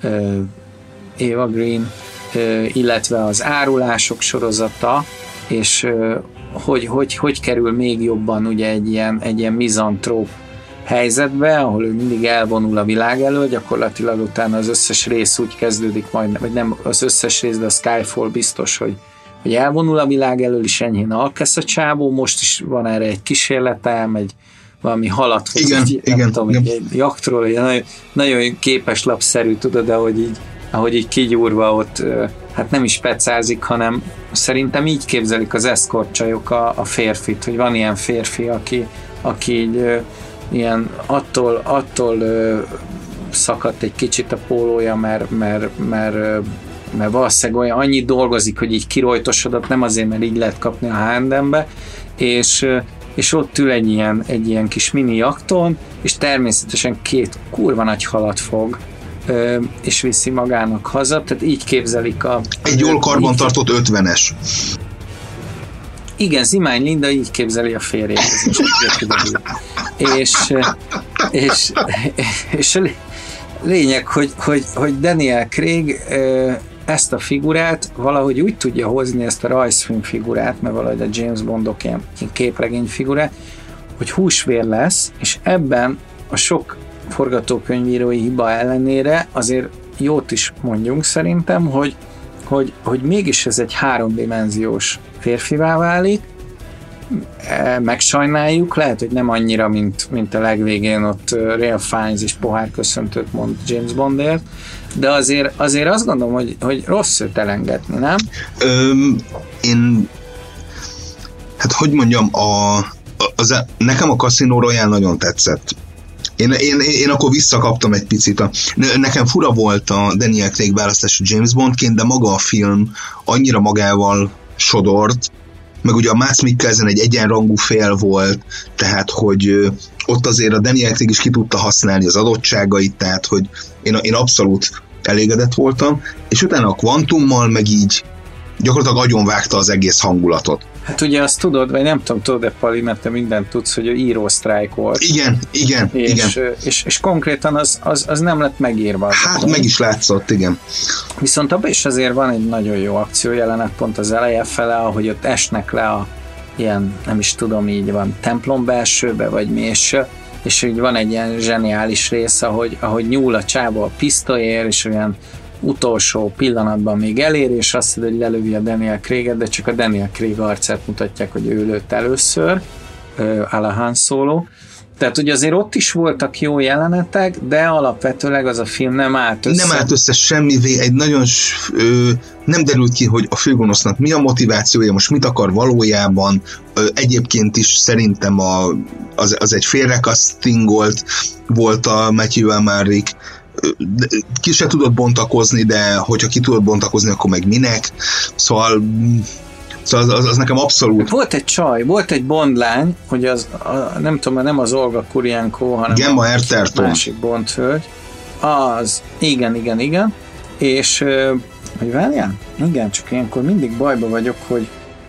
Eva Green, illetve az árulások sorozata, és hogy, hogy, hogy kerül még jobban ugye egy ilyen, egy ilyen mizantróp helyzetbe, ahol ő mindig elvonul a világ elől, gyakorlatilag utána az összes rész úgy kezdődik majd, vagy nem az összes rész, de a Skyfall biztos, hogy, hogy elvonul a világ elől, is enyhén alkesz a csávó, most is van erre egy kísérletem, egy valami halat hoz, igen, egy, igen, nem tudom, igen. Egy, egy jaktról, egy nagyon, nagyon képes lapszerű, tudod, ahogy így, ahogy így kigyúrva ott, hát nem is pecázik, hanem szerintem így képzelik az escort csajok a, a férfit, hogy van ilyen férfi, aki, aki így ilyen attól, attól ö, szakadt egy kicsit a pólója, mert, mert, mert, mert valószínűleg olyan annyit dolgozik, hogy így kirojtosodott, nem azért, mert így lehet kapni a há és em-be, és, és ott ül egy ilyen, egy ilyen kis mini jakton, és természetesen két kurva nagy halat fog, ö, és viszi magának haza, tehát így képzelik a... Egy jól karbantartott ötvenes. Igen, Zimány Linda így képzeli a férjét. és, és, és a lényeg, hogy, hogy, hogy Daniel Craig ezt a figurát valahogy úgy tudja hozni, ezt a rajzfilm figurát, mert valahogy a James Bondok ilyen, ilyen képregény figurát, hogy húsvér lesz, és ebben a sok forgatókönyvírói hiba ellenére azért jót is mondjunk szerintem, hogy Hogy, hogy mégis ez egy háromdimenziós férfivá válik, megsajnáljuk, lehet, hogy nem annyira, mint, mint a legvégén ott Ralph Fiennes és pohárköszöntőt mond James Bondért, de azért, azért azt gondolom, hogy, hogy rossz őt elengedni, nem? Öm, én hát hogy mondjam, a, az, nekem a Casino Royale nagyon tetszett. Én, én, én akkor visszakaptam egy picit. A, nekem fura volt a Daniel Craig választása James Bondként, de maga a film annyira magával sodort, meg ugye a Mads Mikkelsen egy egyenrangú fél volt, tehát hogy ott azért a Daniel Craig is ki tudta használni az adottságait, tehát hogy én, én abszolút elégedett voltam, és utána a Quantummal meg így gyakorlatilag agyonvágta az egész hangulatot. Hát ugye azt tudod, vagy nem tudom, tudod-e Pali, mert te mindent tudsz, hogy a író-sztrájk volt. Igen, igen, és, igen. És, és konkrétan az, az, az nem lett megírva. Hát meg is látszott, igen. Viszont abban is azért van egy nagyon jó akciójelenet pont az eleje fele, ahogy ott esnek le a ilyen, nem is tudom, így van, templom belsőbe, vagy mi, és, és így van egy ilyen zseniális rész, ahogy, ahogy nyúl a csába a pisztolyér, és olyan utolsó pillanatban még elér, és azt mondja, hogy lelövi a Daniel Craig-et, de csak a Daniel Craig arcát mutatják, hogy ő lőtt először, a la Han Solo. Tehát ugye azért ott is voltak jó jelenetek, de alapvetőleg az a film nem állt össze. Nem állt össze semmivé, egy nagyon ö, nem derült ki, hogy a főgonosznak mi a motivációja, most mit akar valójában. Ö, egyébként is szerintem a, az, az egy félrekasztingolt volt a Matthew Amalric. Ki se tudott bontakozni, de hogyha ki tudott bontakozni, akkor meg minek. Szóval, szóval az, az nekem abszolút... Volt egy csaj, volt egy bondlány, hogy az, a, nem tudom, nem az Olga Kurienko, hanem Gemma a Arterton. másik bondhölgy. Az, igen, igen, igen. És, hogy várjál? Igen, csak ilyenkor mindig bajba vagyok, hogy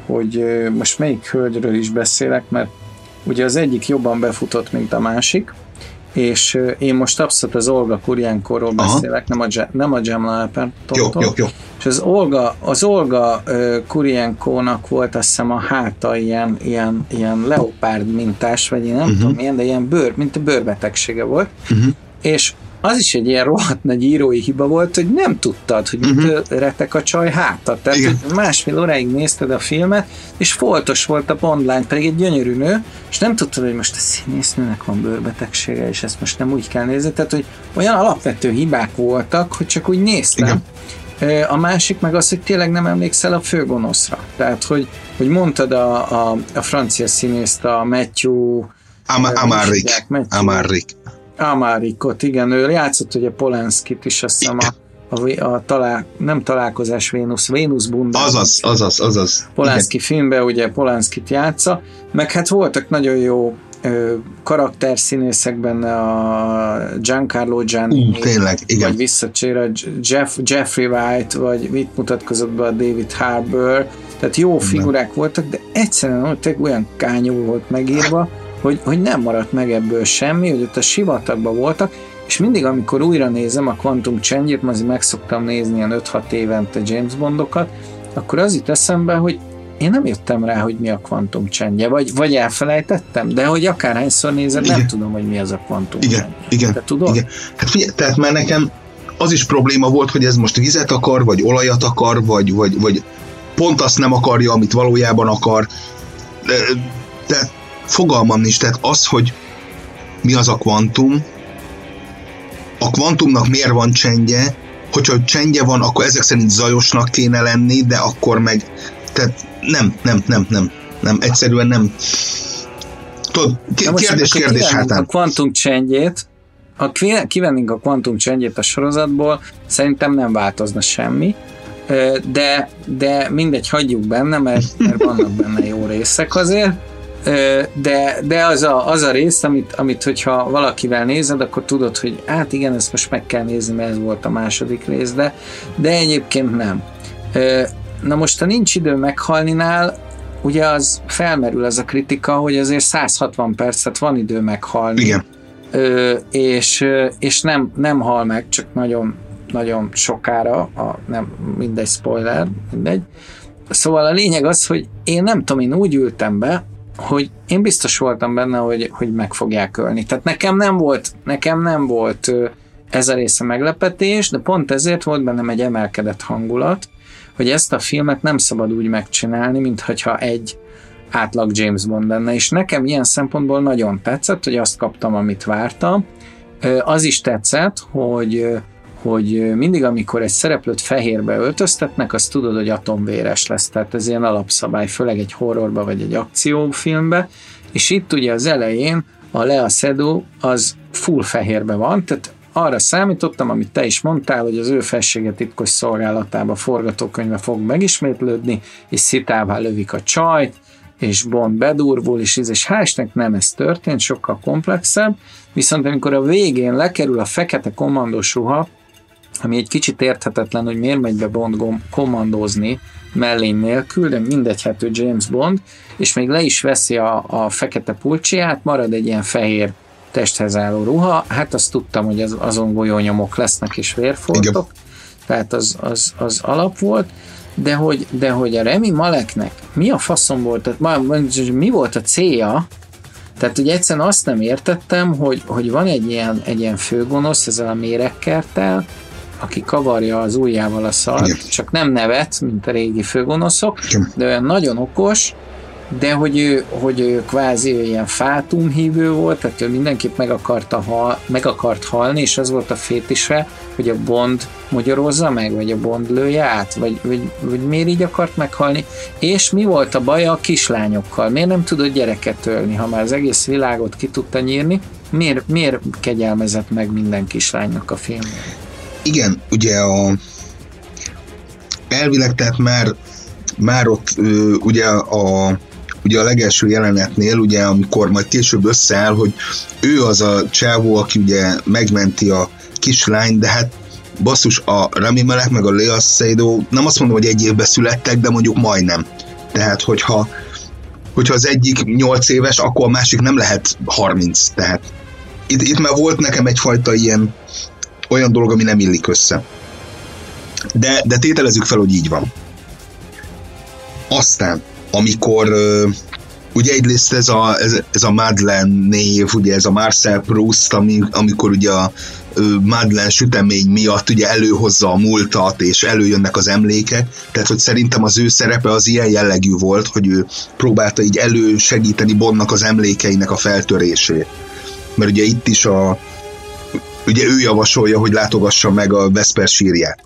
hogy most melyik hölgyről is beszélek, mert ugye az egyik jobban befutott, mint a másik, és én most abszolút az Olga Kuryenkoról beszélek, nem a, nem a Jamala Alpertontól. Jó, jó, jó. És az Olga, az Olga uh, Kuryenkónak volt azt hiszem a háta ilyen, ilyen, ilyen leopárd mintás, vagy én nem uh-huh. tudom milyen, de ilyen bőr, mint a bőrbetegsége volt. Uh-huh. És az is egy ilyen rohadt nagy írói hiba volt, hogy nem tudtad, hogy uh-huh. mit retek a csaj háta. Tehát másfél óráig nézted a filmet, és foltos volt a Bondlány, pedig egy gyönyörű nő, és nem tudtad, hogy most a színésznőnek van bőrbetegsége, és ezt most nem úgy kell nézni. Tehát, hogy olyan alapvető hibák voltak, hogy csak úgy néztem. Igen. A másik meg az, hogy tényleg nem emlékszel a főgonoszra. Tehát, hogy, hogy mondtad a, a, a francia színészt, a Matthew... Amalric. Amalric. Amalricot, igen, ő játszott ugye Polanskit is, azt hiszem a, a, a talál, nem találkozás Vénusz, Vénusz bunda. Azaz, azaz, azaz. Polanski filmben ugye Polanskit játsza, meg hát voltak nagyon jó ö, karakterszínészek benne, a Giancarlo Giannini, uh, tényleg, igen. Vagy visszacsér a Jeff, Jeffrey Wright, vagy mit mutatkozott be a David Harbour, tehát jó figurák nem. voltak, de egyszerűen olyan kányul volt megírva, Hogy, hogy nem maradt meg ebből semmi, hogy ott a sivatagban voltak, és mindig, amikor újra nézem a Quantum Change-et, azért meg szoktam nézni ilyen öt-hat évente James Bondokat, akkor az itt eszembe, hogy én nem jöttem rá, hogy mi a Quantum Change-je, vagy, vagy elfelejtettem, de hogy akárhányszor nézed, nem tudom, hogy mi az a Quantum igen, Change. Igen, Te tudod? Igen. Hát figyelj, tehát már nekem az is probléma volt, hogy ez most vizet akar, vagy olajat akar, vagy, vagy, vagy pont azt nem akarja, amit valójában akar. Tehát fogalmam nincs, tehát az, hogy mi az a kvantum, a kvantumnak miért van csendje, hogyha csendje van, akkor ezek szerint zajosnak kéne lenni, de akkor meg, tehát nem, nem, nem, nem, nem, egyszerűen nem. Tudod, kérdés, kérdés hátán. A kvantum csendjét, ha kivennénk a kvantum csendjét a sorozatból, szerintem nem változna semmi, de, de mindegy, hagyjuk benne, mert, mert vannak benne jó részek azért, de, de az, a, az a rész, amit, amit hogyha valakivel nézed, akkor tudod, hogy hát igen, ezt most meg kell nézni, mert ez volt a második rész, de, de egyébként nem. Na most, ha nincs idő meghalninál, ugye az felmerül az a kritika, hogy azért száz hatvan percet van idő meghalni. Igen. És, és nem, nem hal meg, csak nagyon, nagyon sokára, a, nem, mindegy spoiler, mindegy. Szóval a lényeg az, hogy én nem tudom, én úgy ültem be, hogy én biztos voltam benne, hogy, hogy meg fogják ölni. Tehát nekem nem volt, nekem nem volt ez a része meglepetés, de pont ezért volt bennem egy emelkedett hangulat, hogy ezt a filmet nem szabad úgy megcsinálni, mintha egy átlag James Bond lenne, és nekem ilyen szempontból nagyon tetszett, hogy azt kaptam, amit vártam. Az is tetszett, hogy, hogy mindig, amikor egy szereplőt fehérbe öltöztetnek, azt tudod, hogy atomvéres lesz, tehát ez ilyen alapszabály, főleg egy horrorba vagy egy akciófilmbe, és itt ugye az elején a Lea Seydoux az full fehérbe van, tehát arra számítottam, amit te is mondtál, hogy az ő felsége titkos szolgálatába forgatókönyve fog megismétlődni, és szitává lövik a csajt, és Bond bedurvul, és ez, és hál' nem ez történt, sokkal komplexebb, viszont amikor a végén lekerül a fekete kommandós ruha, ami egy kicsit érthetetlen, hogy miért megy be Bond kommandózni mellény nélkül, de mindegy, hát ő James Bond, és még le is veszi a, a fekete pulcsiát, marad egy ilyen fehér testhez álló ruha, hát azt tudtam, hogy az, azon golyónyomok lesznek és vérfoltok, tehát az, az, az alap volt, de hogy, de hogy a Rami Maleknek mi a faszom volt, mi volt a célja, tehát ugye egyszerűen azt nem értettem, hogy, hogy van egy ilyen, egy ilyen főgonosz ezzel a méregkerttel, aki kavarja az ujjával a szart, igen, csak nem nevet, mint a régi főgonoszok, igen, de olyan nagyon okos, de hogy ő, hogy ő kvázi ő ilyen fátumhívő volt, tehát ő mindenképp meg, akarta hal, meg akart halni, és az volt a fétise, hogy a Bond magyarozza meg, vagy a Bond lője át, vagy, vagy, vagy miért így akart meghalni, és mi volt a baja a kislányokkal, miért nem tudott gyereket ölni, ha már az egész világot ki tudta nyírni, miért, miért kegyelmezett meg minden kislánynak a filmben? Igen, ugye a elvileg, tehát már, már ott ugye a ugye a legelső jelenetnél, ugye, amikor majd később összeáll, hogy ő az a csávó, aki ugye megmenti a kislányt, de hát basszus, a Rami Malek meg a Lea Seydoux, nem azt mondom, hogy egy évben születtek, de mondjuk majdnem. Tehát, hogyha, hogyha az egyik nyolc éves, akkor a másik nem lehet harminc. Tehát itt, itt már volt nekem egyfajta ilyen olyan dolog, ami nem illik össze. De, de tételezzük fel, hogy így van. Aztán, amikor ugye egyrészt ez a, ez, ez a Madeleine név, ugye ez a Marcel Proust, ami, amikor ugye a Madeleine sütemény miatt ugye előhozza a múltat, és előjönnek az emlékek, tehát hogy szerintem az ő szerepe az ilyen jellegű volt, hogy ő próbálta így elősegíteni Bondnak az emlékeinek a feltörését. Mert ugye itt is a ugye ő javasolja, hogy látogassa meg a Vesper sírját.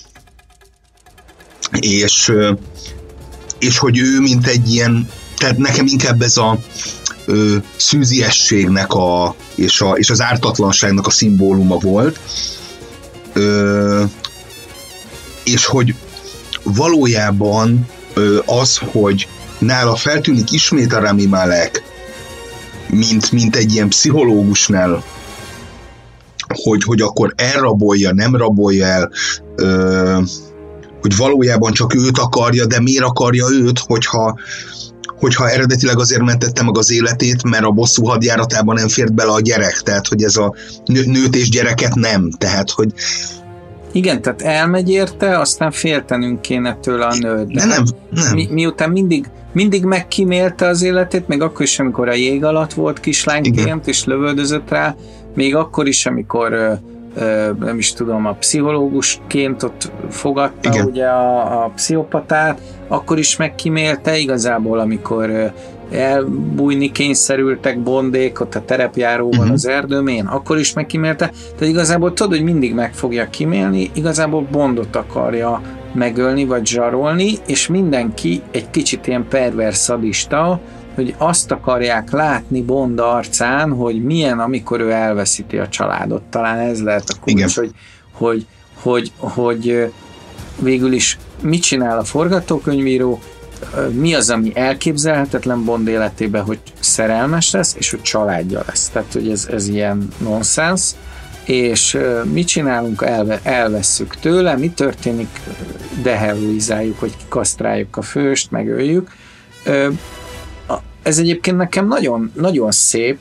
És, és hogy ő mint egy ilyen, tehát nekem inkább ez a ö, szűziességnek a, és, a, és az ártatlanságnak a szimbóluma volt. Ö, és hogy valójában ö, az, hogy nála feltűnik ismét a Rami Malek, mint, mint egy ilyen pszichológusnál, hogy, hogy akkor elrabolja, nem rabolja el, ö, hogy valójában csak őt akarja, de miért akarja őt, hogyha, hogyha eredetileg azért mentette meg az életét, mert a bosszú hadjáratában nem fért bele a gyerek, tehát hogy ez a nő, nőt és gyereket nem, tehát hogy igen, tehát elmegy érte, aztán féltenünk kéne tőle a nőt. De nem, nem. Mi, miután mindig, mindig megkímélte az életét, meg akkor is, amikor a jég alatt volt kislányként, igen, és lövöldözött rá, még akkor is, amikor ö, ö, nem is tudom, a pszichológusként ott fogadta, igen, ugye a, a pszichopatát, akkor is megkímélte, igazából amikor ö, elbújni kényszerültek Bondék ott a terepjáróban, uh-huh, az erdőmén, akkor is megkímélte, tehát igazából tudod, hogy mindig meg fogja kímélni, igazából Bondot akarja megölni, vagy zsarolni, és mindenki egy kicsit ilyen pervers szadista, hogy azt akarják látni Bond arcán, hogy milyen, amikor ő elveszíti a családot. Talán ez lehet a kulcs, hogy, hogy, hogy, hogy végül is mit csinál a forgatókönyvíró, mi az, ami elképzelhetetlen Bond életében, hogy szerelmes lesz, és hogy családja lesz. Tehát, hogy ez, ez ilyen nonsens, és mit csinálunk, elve, elvesszük tőle, mi történik, deheroizáljuk, hogy kikasztráljuk a főst, megöljük. Ez egyébként nekem nagyon, nagyon szép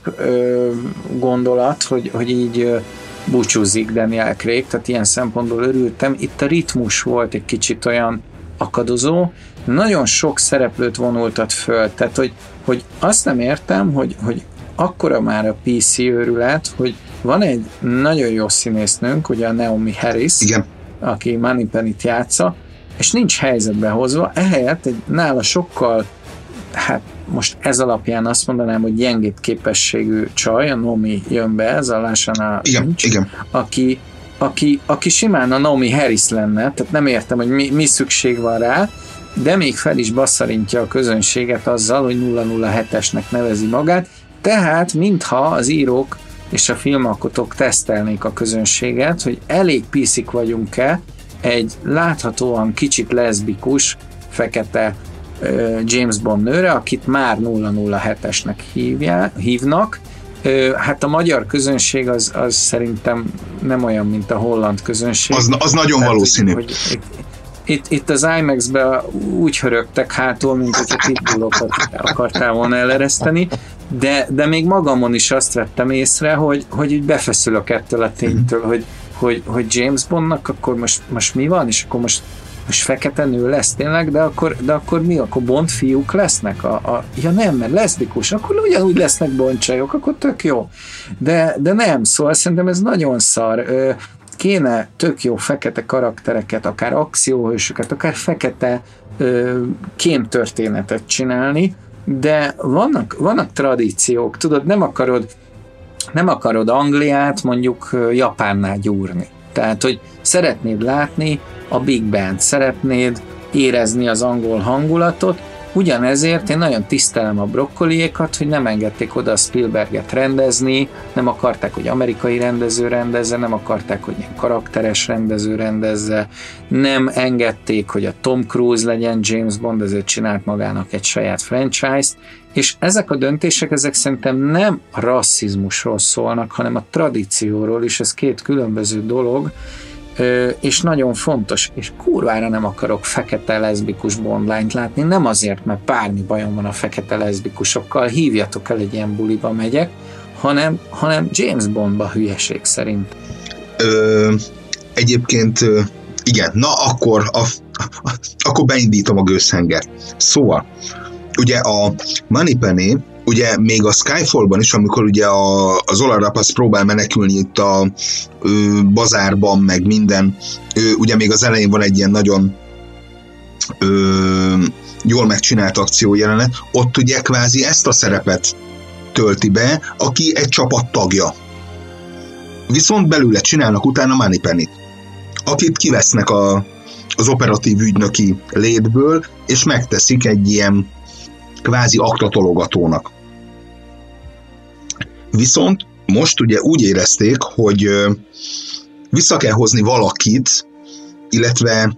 gondolat, hogy, hogy így búcsúzik Daniel Craig, tehát ilyen szempontból örültem. Itt a ritmus volt egy kicsit olyan akadozó, nagyon sok szereplőt vonultat föl, tehát hogy, hogy azt nem értem, hogy, hogy akkora már a pé cé őrület, hogy van egy nagyon jó színésznőnk, ugye a Naomi Harris, igen, aki Moneypennyt játsza, és nincs helyzetbe hozva, ehelyett egy nála sokkal, hát most ez alapján azt mondanám, hogy gyengébb képességű csaj, a Naomi jön be, ez a Lashana Lynch, igen. aki, aki, aki simán a Naomi Harris lenne, tehát nem értem, hogy mi, mi szükség van rá, de még fel is basszarintja a közönséget azzal, hogy nulla nulla hetesnek nevezi magát, tehát mintha az írók és a filmalkotók tesztelnék a közönséget, hogy elég piszik vagyunk-e egy láthatóan kicsit leszbikus, fekete uh, James Bond nőre, akit már nulla nulla hetesnek hívják, hívnak. Uh, hát a magyar közönség az, az szerintem nem olyan, mint a holland közönség. Az, az nagyon tehát, valószínű. Hogy, hogy itt, itt az IMAX-ben úgy hörögtek hátul, mint hogy a pitbullokat akartál volna elereszteni, de, de még magamon is azt vettem észre, hogy, hogy úgy befeszülök ettől a ténytől, hogy, hogy, hogy James Bondnak akkor most, most mi van, és akkor most, most fekete nő lesz tényleg, de akkor, de akkor mi? Akkor Bond fiúk lesznek? A, a, ja nem, mert leszbikus, akkor ugyanúgy lesznek Bondcsajok, akkor tök jó. De, de nem, szóval szerintem ez nagyon szar. Kéne tök jó fekete karaktereket, akár akcióhősöket, akár fekete ö, kémtörténetet csinálni, de vannak, vannak tradíciók, tudod, nem akarod nem akarod Angliát mondjuk Japánnál gyúrni. Tehát, hogy szeretnéd látni a Big Band, szeretnéd érezni az angol hangulatot, ugyanezért én nagyon tisztelem a brokkoliékat, hogy nem engedték oda a Spielberget rendezni, nem akarták, hogy amerikai rendező rendezze, nem akarták, hogy ilyen karakteres rendező rendezze, nem engedték, hogy a Tom Cruise legyen James Bond, ezért csinált magának egy saját franchise-t, és ezek a döntések, ezek szerintem nem a rasszizmusról szólnak, hanem a tradícióról, és ez két különböző dolog, Ö, és nagyon fontos, és kurvára nem akarok fekete leszbikus Bond-lányt látni, nem azért, mert bármi bajom van a fekete leszbikusokkal, hívjatok el, egy ilyen buliba megyek, hanem, hanem James Bondba hülyeség szerint. Ö, egyébként ö, igen, na akkor a, a, akkor beindítom a gőzhengert. Szóval, ugye a Moneypenny, ugye még a Skyfallban is, amikor ugye a, az Zola Rapace próbál menekülni itt a ö, bazárban, meg minden, ö, ugye még az elején van egy ilyen nagyon ö, jól megcsinált akció jelenet, ott ugye kvázi ezt a szerepet tölti be, aki egy csapat tagja. Viszont belőle csinálnak utána Moneypennyt, akit kivesznek a, az operatív ügynöki létből, és megteszik egy ilyen kvázi aktatologatónak. Viszont most ugye úgy érezték, hogy vissza kell hozni valakit, illetve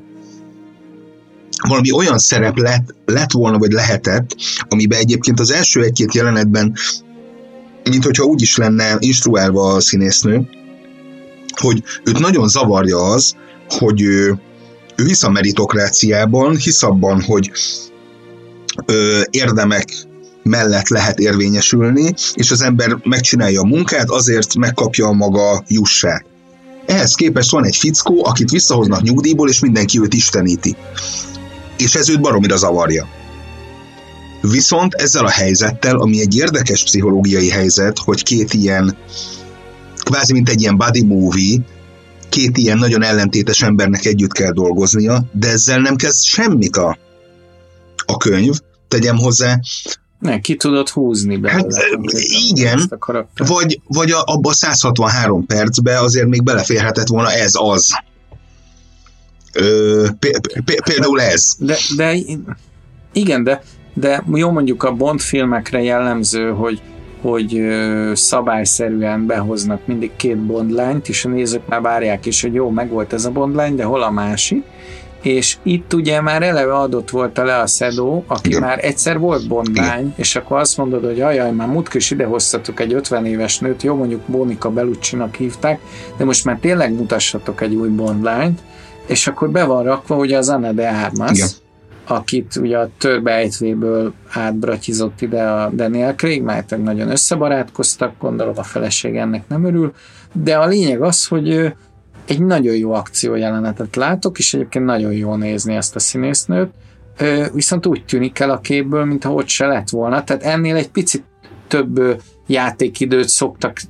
valami olyan szerep lett, lett volna, vagy lehetett, amiben egyébként az első egy-két jelenetben, mint hogyha úgy is lenne instruálva a színésznő, hogy őt nagyon zavarja az, hogy ő, ő hisz a meritokráciában, hisz abban, hogy ö, érdemek mellett lehet érvényesülni, és az ember megcsinálja a munkát, azért megkapja a maga jussát. Ehhez képest van egy fickó, akit visszahoznak nyugdíjból, és mindenki őt isteníti. És ez őt baromira zavarja. Viszont ezzel a helyzettel, ami egy érdekes pszichológiai helyzet, hogy két ilyen, kvázi mint egy ilyen buddy movie, két ilyen nagyon ellentétes embernek együtt kell dolgoznia, de ezzel nem kezd semmit a, a könyv, tegyem hozzá. Ne, ki tudod húzni belőle. Hát igen, vagy, vagy a, abba a száz hatvanhárom percbe azért még beleférhetett volna ez az. Ö, p- p- például ez. De, de igen, de, de jó, mondjuk a Bond filmekre jellemző, hogy, hogy szabályszerűen behoznak mindig két Bond lányt, és a nézők már várják is, hogy jó, megvolt ez a Bond lány, de hol a másik? És itt ugye már eleve adott volt a Lea Seydoux, aki igen. már egyszer volt Bond lány, és akkor azt mondod, hogy ajaj, már múltkor is idehoztatok egy ötven éves nőt, jó, mondjuk Monica Bellucci-nak hívták, de most már tényleg mutassatok egy új Bond lányt, és akkor be van rakva ugye az Ana de Armas, igen. akit ugye a Törbeejtvéből átbratyizott ide a Daniel Craig, mert nagyon összebarátkoztak, gondolom a feleség ennek nem örül, de a lényeg az, hogy egy nagyon jó akciójelenetet látok, és egyébként nagyon jó nézni ezt a színésznőt, viszont úgy tűnik el a képből, mintha ott se lett volna, tehát ennél egy picit több játékidőt szoktak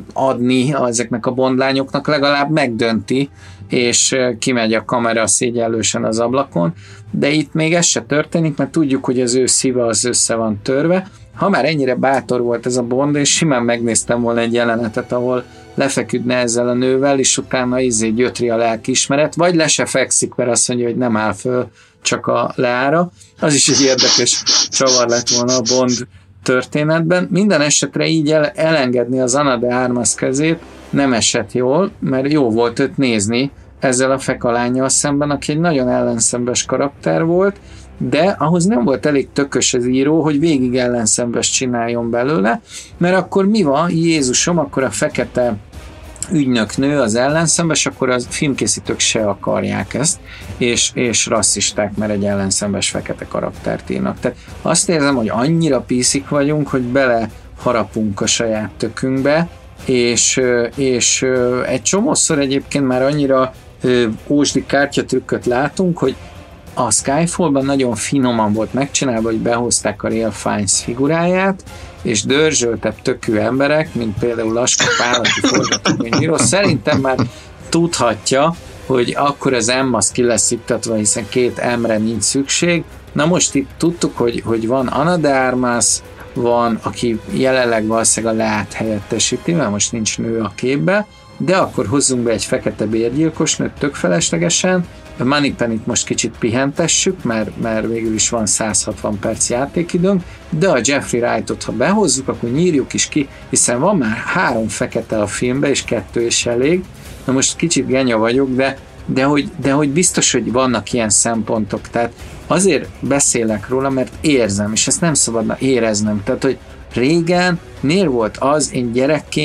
adni ezeknek a bondlányoknak, legalább megdönti, és kimegy a kamera szégyellősen az ablakon, de itt még ez se történik, mert tudjuk, hogy az ő szíve az össze van törve. Ha már ennyire bátor volt ez a Bond, és simán megnéztem volna egy jelenetet, ahol lefeküdne ezzel a nővel, és utána izé gyötri a lelkiismeret, vagy le se fekszik, mert azt mondja, hogy nem áll föl csak a Leára. Az is egy érdekes csavar lett volna a Bond történetben. Minden esetre így el, elengedni az Ana de Armas kezét nem esett jól, mert jó volt őt nézni ezzel a fekalánnyal szemben, aki egy nagyon ellenszembes karakter volt, de ahhoz nem volt elég tökös az író, hogy végig ellenszembes csináljon belőle, mert akkor mi van? Jézusom, akkor a fekete ügynöknő az ellenszembes, akkor a filmkészítők se akarják ezt, és, és rasszisták, mert egy ellenszembes fekete karaktert írnak. Tehát azt érzem, hogy annyira píszik vagyunk, hogy bele harapunk a saját tökünkbe, és, és egy csomószor egyébként már annyira ósdi kártyatrükköt látunk, hogy a Skyfallban nagyon finoman volt megcsinálva, hogy behozták a Ralph Fiennes figuráját, és dörzsöltebb tökű emberek, mint például Laska Pál, aki forgatókönyvíró, szerintem már tudhatja, hogy akkor az M az ki lesz iktatva, hiszen két M-re nincs szükség. Na most itt tudtuk, hogy, hogy van Ana de Armas, van, aki jelenleg valószínűleg a Leát helyettesíti, mert most nincs nő a képbe, de akkor hozzunk be egy fekete bérgyilkos nőt tök feleslegesen, a Moneypennyt most kicsit pihentessük, mert, mert végül is van száz hatvan perc játékidőnk, de a Jeffrey Wrightot, ha behozzuk, akkor nyírjuk is ki, hiszen van már három fekete a filmben, és kettő is elég. Na most kicsit genya vagyok, de, de, hogy, de hogy biztos, hogy vannak ilyen szempontok, tehát azért beszélek róla, mert érzem, és ezt nem szabadna éreznem, tehát hogy régen miért volt az, én gyerekként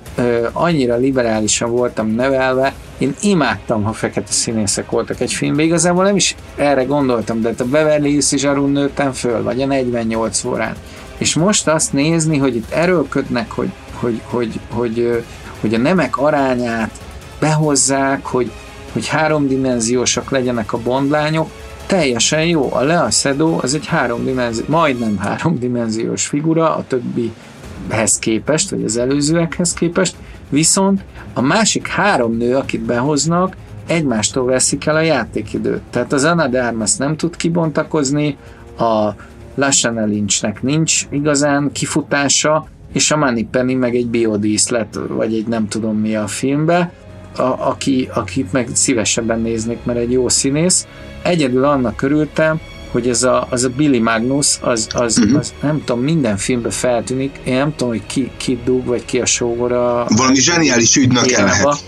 ö, annyira liberálisan voltam nevelve, én imádtam, ha fekete színészek voltak egy filmben, igazából nem is erre gondoltam, de a Beverly Hills Zsarún nőttem föl, vagy a negyvennyolc órán. És most azt nézni, hogy itt erőlködnek, hogy, hogy, hogy, hogy, hogy a nemek arányát behozzák, hogy, hogy háromdimenziósak legyenek a bondlányok, teljesen jó. A Lea Seydoux az egy háromdimenziós, majdnem háromdimenziós figura a többihez képest, vagy az előzőekhez képest, viszont a másik három nő, akit behoznak, egymástól veszik el a játékidőt. Tehát az Ana de Armas nem tud kibontakozni, a Lashana Lynchnek nincs igazán kifutása, és a Moneypenny meg egy biodíszlet, vagy egy nem tudom mi a filmbe, a, aki, akit meg szívesebben néznék, mert egy jó színész. Egyedül annak örültem, hogy ez a, az a Billy Magnus, az, az, uh-huh. az nem tudom, minden filmben feltűnik, én nem tudom, hogy ki, ki dug, vagy ki a sógora. Valami zseniális ügynöke lehet.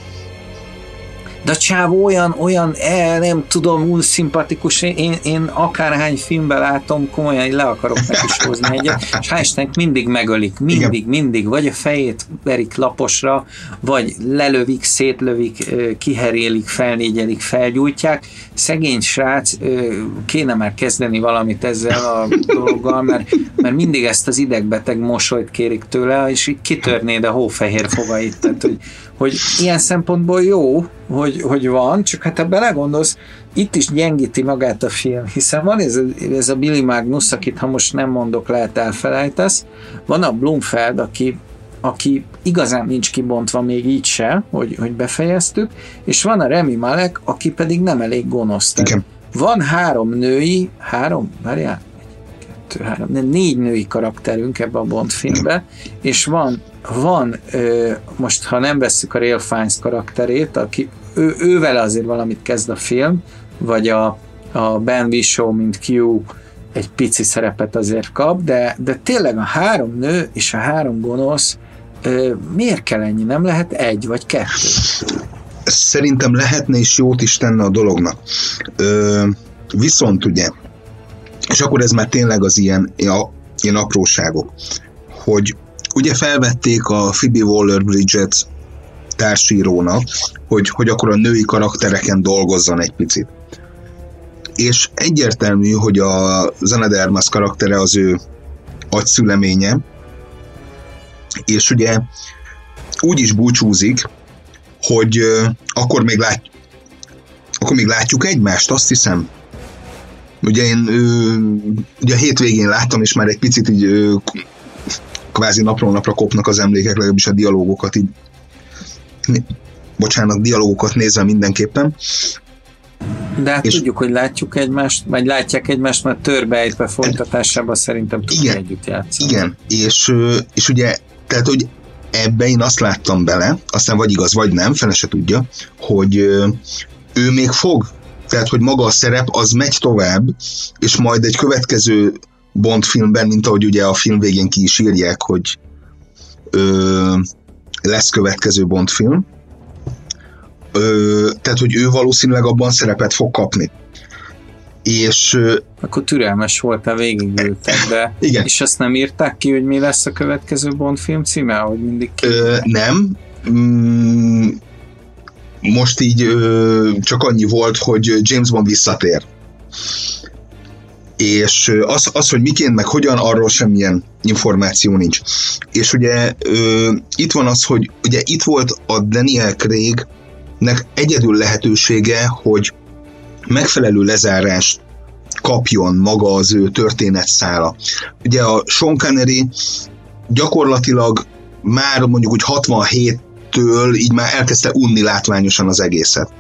De a csávó olyan, olyan, el, nem tudom, unszimpatikus, én, én akárhány filmben látom, komolyan le akarok neki is hozni egyet, és hál' Istennek mindig megölik, mindig, igen. mindig, vagy a fejét verik laposra, vagy lelövik, szétlövik, kiherélik, felnégyelik, felgyújtják. Szegény srác, kéne már kezdeni valamit ezzel a dologgal, mert, mert mindig ezt az idegbeteg mosolyt kérik tőle, és így kitörnéd a hófehér fogait, tehát, hogy, hogy ilyen szempontból jó, hogy, hogy van, csak hát ha belegondolsz, itt is gyengíti magát a film, hiszen van ez a, ez a Billy Magnus, akit ha most nem mondok, lehet elfelejtesz, van a Blumfeld, aki, aki igazán nincs kibontva még így se, hogy, hogy befejeztük, és van a Rami Malek, aki pedig nem elég gonosz. Van három női, három, várjál, kettő, három, nem, négy női karakterünk ebbe a Bond filmbe, és van, van ö, most ha nem vesszük a Ralph Fiennes karakterét, aki ő, ő vele azért valamit kezd a film, vagy a, a Ben Whishaw, mint Q egy pici szerepet azért kap, de, de tényleg a három nő és a három gonosz ö, miért kell ennyi? Nem lehet egy vagy kettő? Szerintem lehetne és jót is tenne a dolognak. Ö, viszont ugye, és akkor ez már tényleg az ilyen, ilyen apróságok, hogy ugye felvették a Phoebe Waller-Bridget társírónak, hogy, hogy akkor a női karaktereken dolgozzon egy picit. És egyértelmű, hogy a Ana de Armas karaktere az ő agyszüleménye, és ugye úgy is búcsúzik, hogy uh, akkor még lát, akkor még látjuk egymást, azt hiszem. Ugye én uh, ugye a hétvégén láttam, és már egy picit így uh, kvázi napról napra kopnak az emlékek, legalábbis a dialógokat így bocsánat, dialógokat nézve mindenképpen. De hát és tudjuk, hogy látjuk egymást, vagy látják egymást, mert törbeejtve folytatásában szerintem tudjuk együtt játszani. Igen, és, és ugye, tehát, hogy ebbe én azt láttam bele, aztán vagy igaz, vagy nem, fele se tudja, hogy ő még fog, tehát, hogy maga a szerep az megy tovább, és majd egy következő Bond filmben, mint ahogy ugye a film végén ki is írják, hogy ö, lesz következő Bond film, ö, tehát, hogy ő valószínűleg abban szerepet fog kapni. És... Akkor türelmes voltál, végigültek, de... Igen. És azt nem írták ki, hogy mi lesz a következő Bond film címe, ahogy mindig ki? Ö, nem. Mm, most így ö, csak annyi volt, hogy James Bond visszatér. És az, az, hogy miként, meg hogyan, arról semmilyen információ nincs. És ugye ö, itt van az, hogy ugye itt volt a Daniel Craignek egyedül lehetősége, hogy megfelelő lezárást kapjon maga az ő történetszála. Ugye a Sean Connery gyakorlatilag már mondjuk úgy hatvanhéttől így már elkezdte unni látványosan az egészet.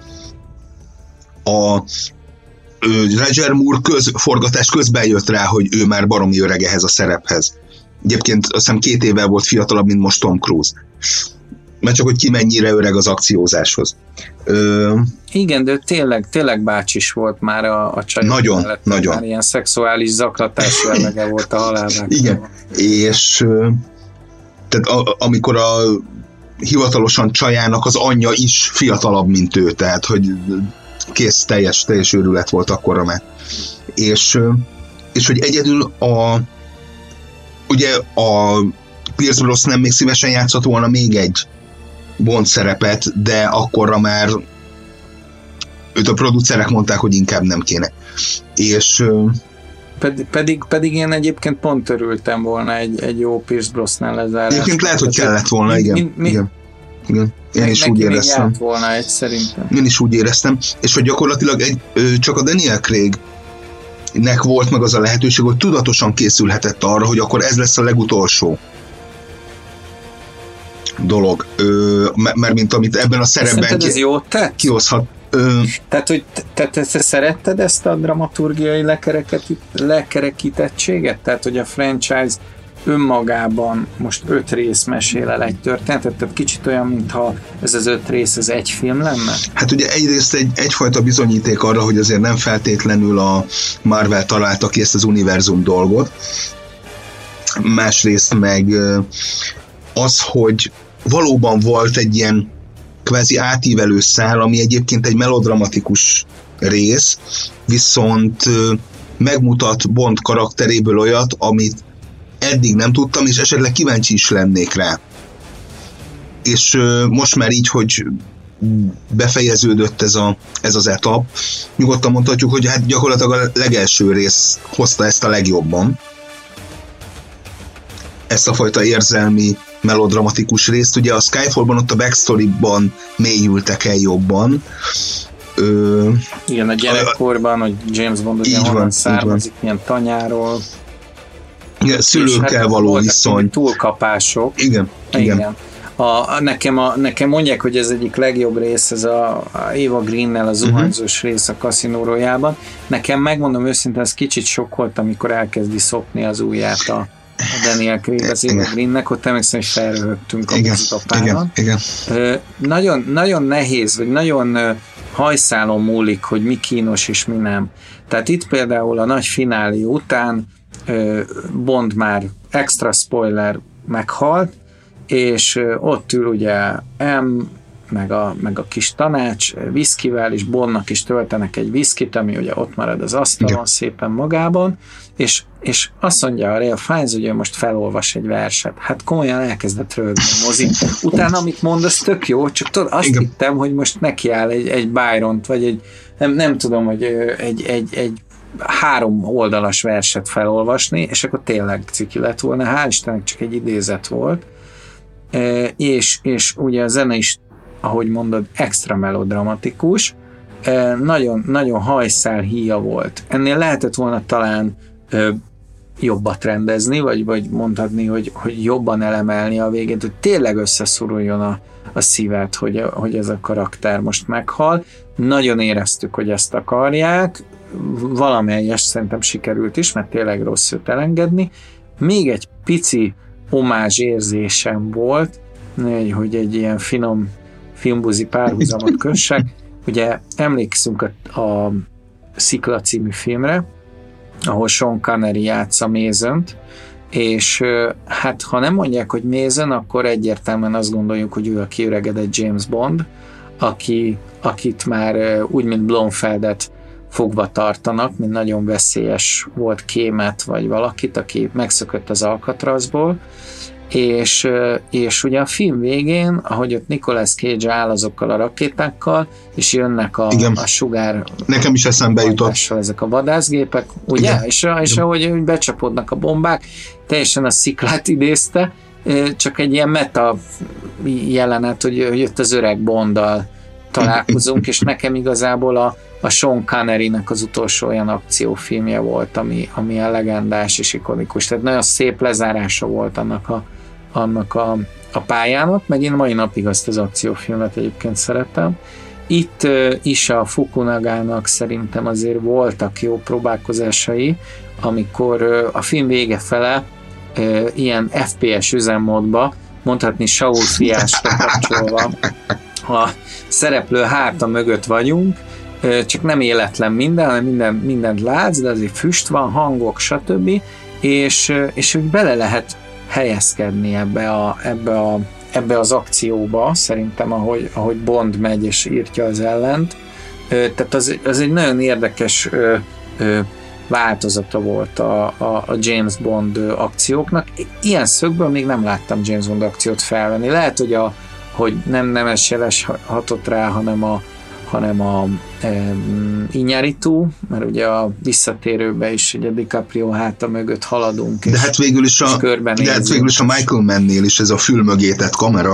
A Roger Moore köz, forgatás közben jött rá, hogy ő már baromi öreg ehhez a szerephez. Egyébként azt hiszem két évvel volt fiatalabb, mint most Tom Cruise. Mert csak, hogy ki mennyire öreg az akciózáshoz. Ö... Igen, de tényleg, tényleg bácsis volt már a, a csajok nagyon, mellett. nagyon. Már ilyen szexuális zaklatás jellege volt a halálnak. Igen, és tehát a, amikor a hivatalosan csajának az anyja is fiatalabb, mint ő, tehát, hogy kész, teljes, teljes őrület volt akkorra már. És, és hogy egyedül a ugye a Pierce Brosnan még szívesen játszott volna még egy Bond szerepet, de akkorra már őt a producerek mondták, hogy inkább nem kéne. És Pedig, pedig, pedig én egyébként pont örültem volna egy, egy jó Pierce Brosnan lezárás. Egyébként lehet, hogy kellett volna, igen. Mi, mi, igen. igen. Én is úgy éreztem. Járt volna egy, szerintem. Én is úgy éreztem. És hogy gyakorlatilag egy, csak a Daniel Craig-nek volt meg az a lehetőség, hogy tudatosan készülhetett arra, hogy akkor ez lesz a legutolsó dolog. Ö, mert mint amit ebben a szerepben ez jót tett? kihozhat. Ö, tehát, hogy te, te, te szeretted ezt a dramaturgiai lekerekítettséget? Tehát, hogy a franchise önmagában most öt rész mesél el egy történetet, tehát kicsit olyan, mintha ez az öt rész ez egy film lenne? Hát ugye egyrészt egy, egyfajta bizonyíték arra, hogy azért nem feltétlenül a Marvel találta ki ezt az univerzum dolgot. Másrészt meg az, hogy valóban volt egy ilyen kvázi átívelő szál, ami egyébként egy melodramatikus rész, viszont megmutat Bond karakteréből olyat, amit eddig nem tudtam, és esetleg kíváncsi is lennék rá. És most már így, hogy befejeződött ez, a, ez az etap, nyugodtan mondhatjuk, hogy hát gyakorlatilag a legelső rész hozta ezt a legjobban. Ezt a fajta érzelmi, melodramatikus részt. Ugye a Skyfallban ott a backstory-ban mélyültek el jobban. Ö, Igen, a gyerekkorban, hogy James Bond ugye honnan származik, milyen tanyáról. Igen, szülőkkel hát való viszony. Túlkapások. Igen, igen. igen. A, nekem, a, nekem mondják, hogy ez egyik legjobb rész, ez a, a Eva Greennel a zuhanyzós uh-huh. rész a Casino Royale-ban. Nekem megmondom őszintén, ez kicsit sokkolt, amikor elkezdi szopni az ujját a a Daniel Craig az Eva Greennek, ott emlékszem, hogy felröhögtünk a mozikapában. Nagyon, nagyon nehéz, vagy nagyon hajszálon múlik, hogy mi kínos és mi nem. Tehát itt például a nagy finálé után Bond már extra spoiler meghalt, és ott ül ugye M, meg a, meg a kis tanács viszkivel, és Bondnak is töltenek egy viszkit, ami ugye ott marad az asztalon igen. szépen magában, és, és azt mondja a Ralph Fiennes, hogy ő most felolvas egy verset. Hát komolyan elkezdett röhögni a mozi. Utána, amit mond, az tök jó, csak tudod, azt igen. hittem, hogy most nekiáll egy, egy Byront, vagy egy, nem, nem tudom, hogy egy, egy, egy három oldalas verset felolvasni, és akkor tényleg ciki lett volna. Hál' Istennek csak egy idézet volt. E, és, és ugye a zene is, ahogy mondod, extra melodramatikus, e, nagyon, nagyon hajszál híja volt. Ennél lehetett volna talán e, jobbat rendezni, vagy, vagy mondhatni, hogy, hogy jobban elemelni a végét, hogy tényleg összeszoruljon a, a szívet, hogy, hogy ez a karakter most meghal. Nagyon éreztük, hogy ezt akarják, valamelyest szerintem sikerült is, mert tényleg rossz őt elengedni. Még egy pici homázs érzésem volt, hogy egy ilyen finom filmbuzi párhuzamot kössek. Ugye emlékszünk a, a Szikla című filmre, ahol Sean Connery játsza Mason-t, és hát ha nem mondják, hogy Mason, akkor egyértelműen azt gondoljuk, hogy ő a kiöregedett James Bond, aki, akit már úgy, mint Blomfeldet fogva tartanak, mint nagyon veszélyes volt kémet, vagy valakit, aki megszökött az Alcatrazból, és, és ugye a film végén, ahogy ott Nicolas Cage áll azokkal a rakétákkal, és jönnek a, a sugár... Nekem is eszembe jutott. Ezek a vadászgépek, ugye? Igen. És, és ahogy becsapódnak a bombák, teljesen a Sziklát idézte, csak egy ilyen meta jelenet, hogy jött az öreg Bonddal találkozunk, és nekem igazából a, a Sean Connery-nek az utolsó olyan akciófilmje volt, ami, ami a legendás és ikonikus. Tehát nagyon szép lezárása volt annak a, annak a, a pályának, meg én mai napig azt az akciófilmet egyébként szeretem. Itt uh, is a Fukunagának szerintem azért voltak jó próbálkozásai, amikor uh, a film vége fele uh, ilyen ef pé es üzemmódba, mondhatni Saul fiásra kapcsolva, a szereplő háta mögött vagyunk, csak nem életlen minden, hanem minden, mindent látsz, de azért füst van, hangok, stb. És, és úgy bele lehet helyezkedni ebbe, a, ebbe, a, ebbe az akcióba, szerintem, ahogy, ahogy Bond megy és írtja az ellent. Tehát az, az egy nagyon érdekes változata volt a, a, a James Bond akcióknak. Ilyen szögből még nem láttam James Bond akciót felvenni. Lehet, hogy, a, hogy nem Nemes Jeles hatott rá, hanem a, hanem a e, Iñárritu, mert ugye a Visszatérőbe is ugye DiCaprio háta mögött haladunk. De és, hát végül is a, de hát végül is a Michael Mann-nél is ez a fül mögé tett kamera.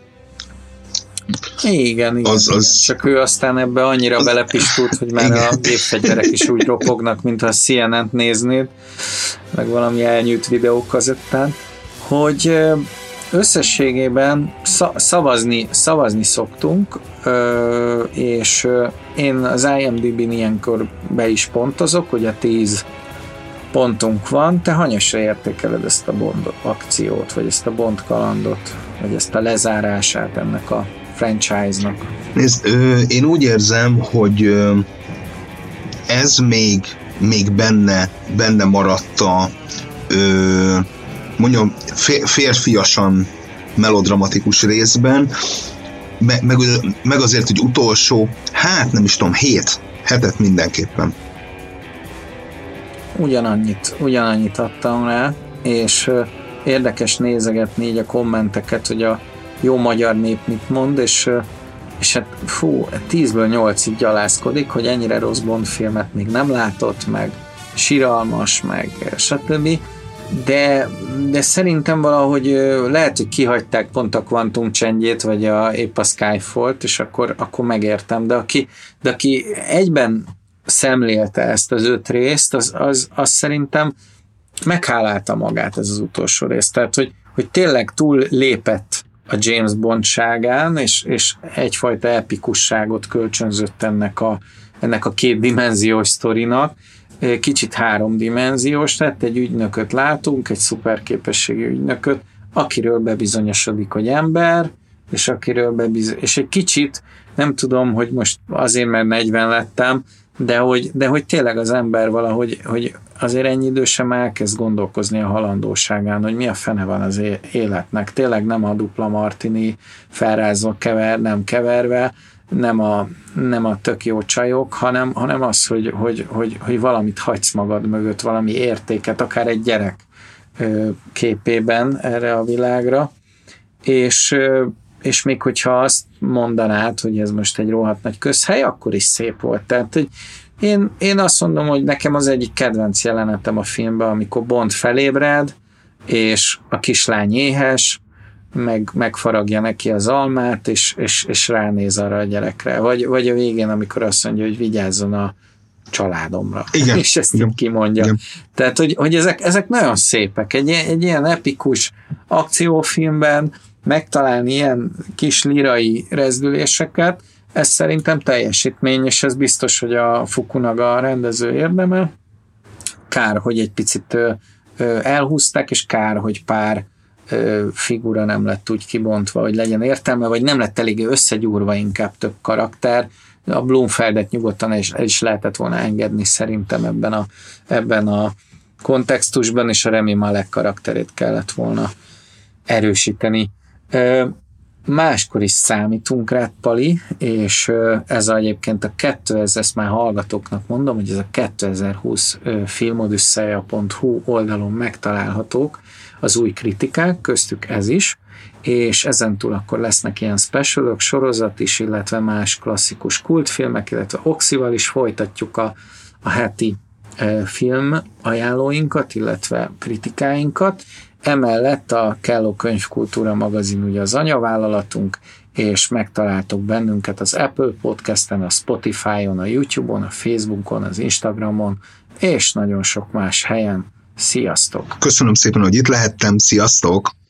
Igen, igen, az, az... csak ő aztán ebbe annyira az... belepistult, hogy már igen. A gépfegyverek is úgy ropognak, mintha a C N N-t néznéd, meg valami elnyűjt videókazettán, hogy összességében szavazni, szavazni szoktunk, és én az IMDb-n ilyenkor be is pontozok, hogy a tíz pontunk van. Te hanyasra értékeled ezt a Bond akciót, vagy ezt a Bond kalandot, vagy ezt a lezárását ennek a franchise-nak? Nézd, én úgy érzem, hogy ez még, még benne, benne maradt a mondjam, férfiasan melodramatikus részben, meg, meg azért, hogy utolsó, hát nem is tudom, hét, hetet mindenképpen. Ugyanannyit, ugyanannyit adtam rá, és érdekes nézegetni így a kommenteket, hogy a jó magyar nép mit mond, és, és hát fú, tízből nyolcig gyalázkodik, hogy ennyire rossz Bond filmet még nem látott, meg siralmas, meg stb. De, de szerintem valahogy lehet, hogy kihagyták pont a Quantum csendjét, vagy a, épp a Skyfall-t, és akkor, akkor megértem, de aki, de aki egyben szemlélte ezt az öt részt, az, az, az szerintem meghálálta magát ez az utolsó rész. Tehát, hogy, hogy tényleg túl lépett a James Bondságán, és, és egyfajta epikusságot kölcsönzött ennek a, ennek a kétdimenziós sztorinak, kicsit háromdimenziós, tehát egy ügynököt látunk, egy szuperképességű ügynököt, akiről bebizonyosodik, hogy ember, és akiről bebizony... és egy kicsit, nem tudom, hogy most azért, mert negyven lettem, de hogy, de hogy tényleg az ember valahogy, hogy azért ennyi idősen elkezd gondolkozni a halandóságán, hogy mi a fene van az életnek. Tényleg nem a dupla martini felrázva kever, nem keverve, nem a, nem a tök jó csajok, hanem, hanem az, hogy, hogy, hogy, hogy valamit hagysz magad mögött, valami értéket, akár egy gyerek képében erre a világra, és, és még hogyha azt mondanád, hogy ez most egy rohadt nagy közhely, akkor is szép volt. Tehát, hogy én, én azt mondom, hogy nekem az egyik kedvenc jelenetem a filmben, amikor Bond felébred, és a kislány éhes, meg, megfaragja neki az almát, és, és, és ránéz arra a gyerekre. Vagy, vagy a végén, amikor azt mondja, hogy vigyázzon a családomra. Igen. És ezt így kimondja. Igen. Tehát, hogy, hogy ezek, ezek nagyon szépek. Egy, egy ilyen epikus akciófilmben megtalálni ilyen kis lirai rezdüléseket, ez szerintem teljesítmény, és ez biztos, hogy a Fukunaga rendező érdeme. Kár, hogy egy picit ö, ö, elhúzták, és kár, hogy pár ö, figura nem lett úgy kibontva, hogy legyen értelme, vagy nem lett eléggé összegyúrva, inkább több karakter. A Blomfeldet nyugodtan is, is lehetett volna engedni szerintem ebben a, ebben a kontextusban, és a Rami Malek karakterét kellett volna erősíteni. Ö, Máskor is számítunk rád, Pali, és ez a, egyébként a kétezer, ezt már hallgatóknak mondom, hogy ez a kétezer-húsz filmodüsszeja pont hu oldalon megtalálhatók az új kritikák, köztük ez is, és ezentúl akkor lesznek ilyen specialok, sorozat is, illetve más klasszikus kultfilmek, illetve Oxival is folytatjuk a, a heti film ajánlóinkat, illetve kritikáinkat. Emellett a Kelló Könyvkultúra magazin ugye az anyavállalatunk, és megtaláltok bennünket az Apple Podcasten, a Spotify-on, a YouTube-on, a Facebookon, az Instagramon, és nagyon sok más helyen. Sziasztok! Köszönöm szépen, hogy itt lehettem, sziasztok!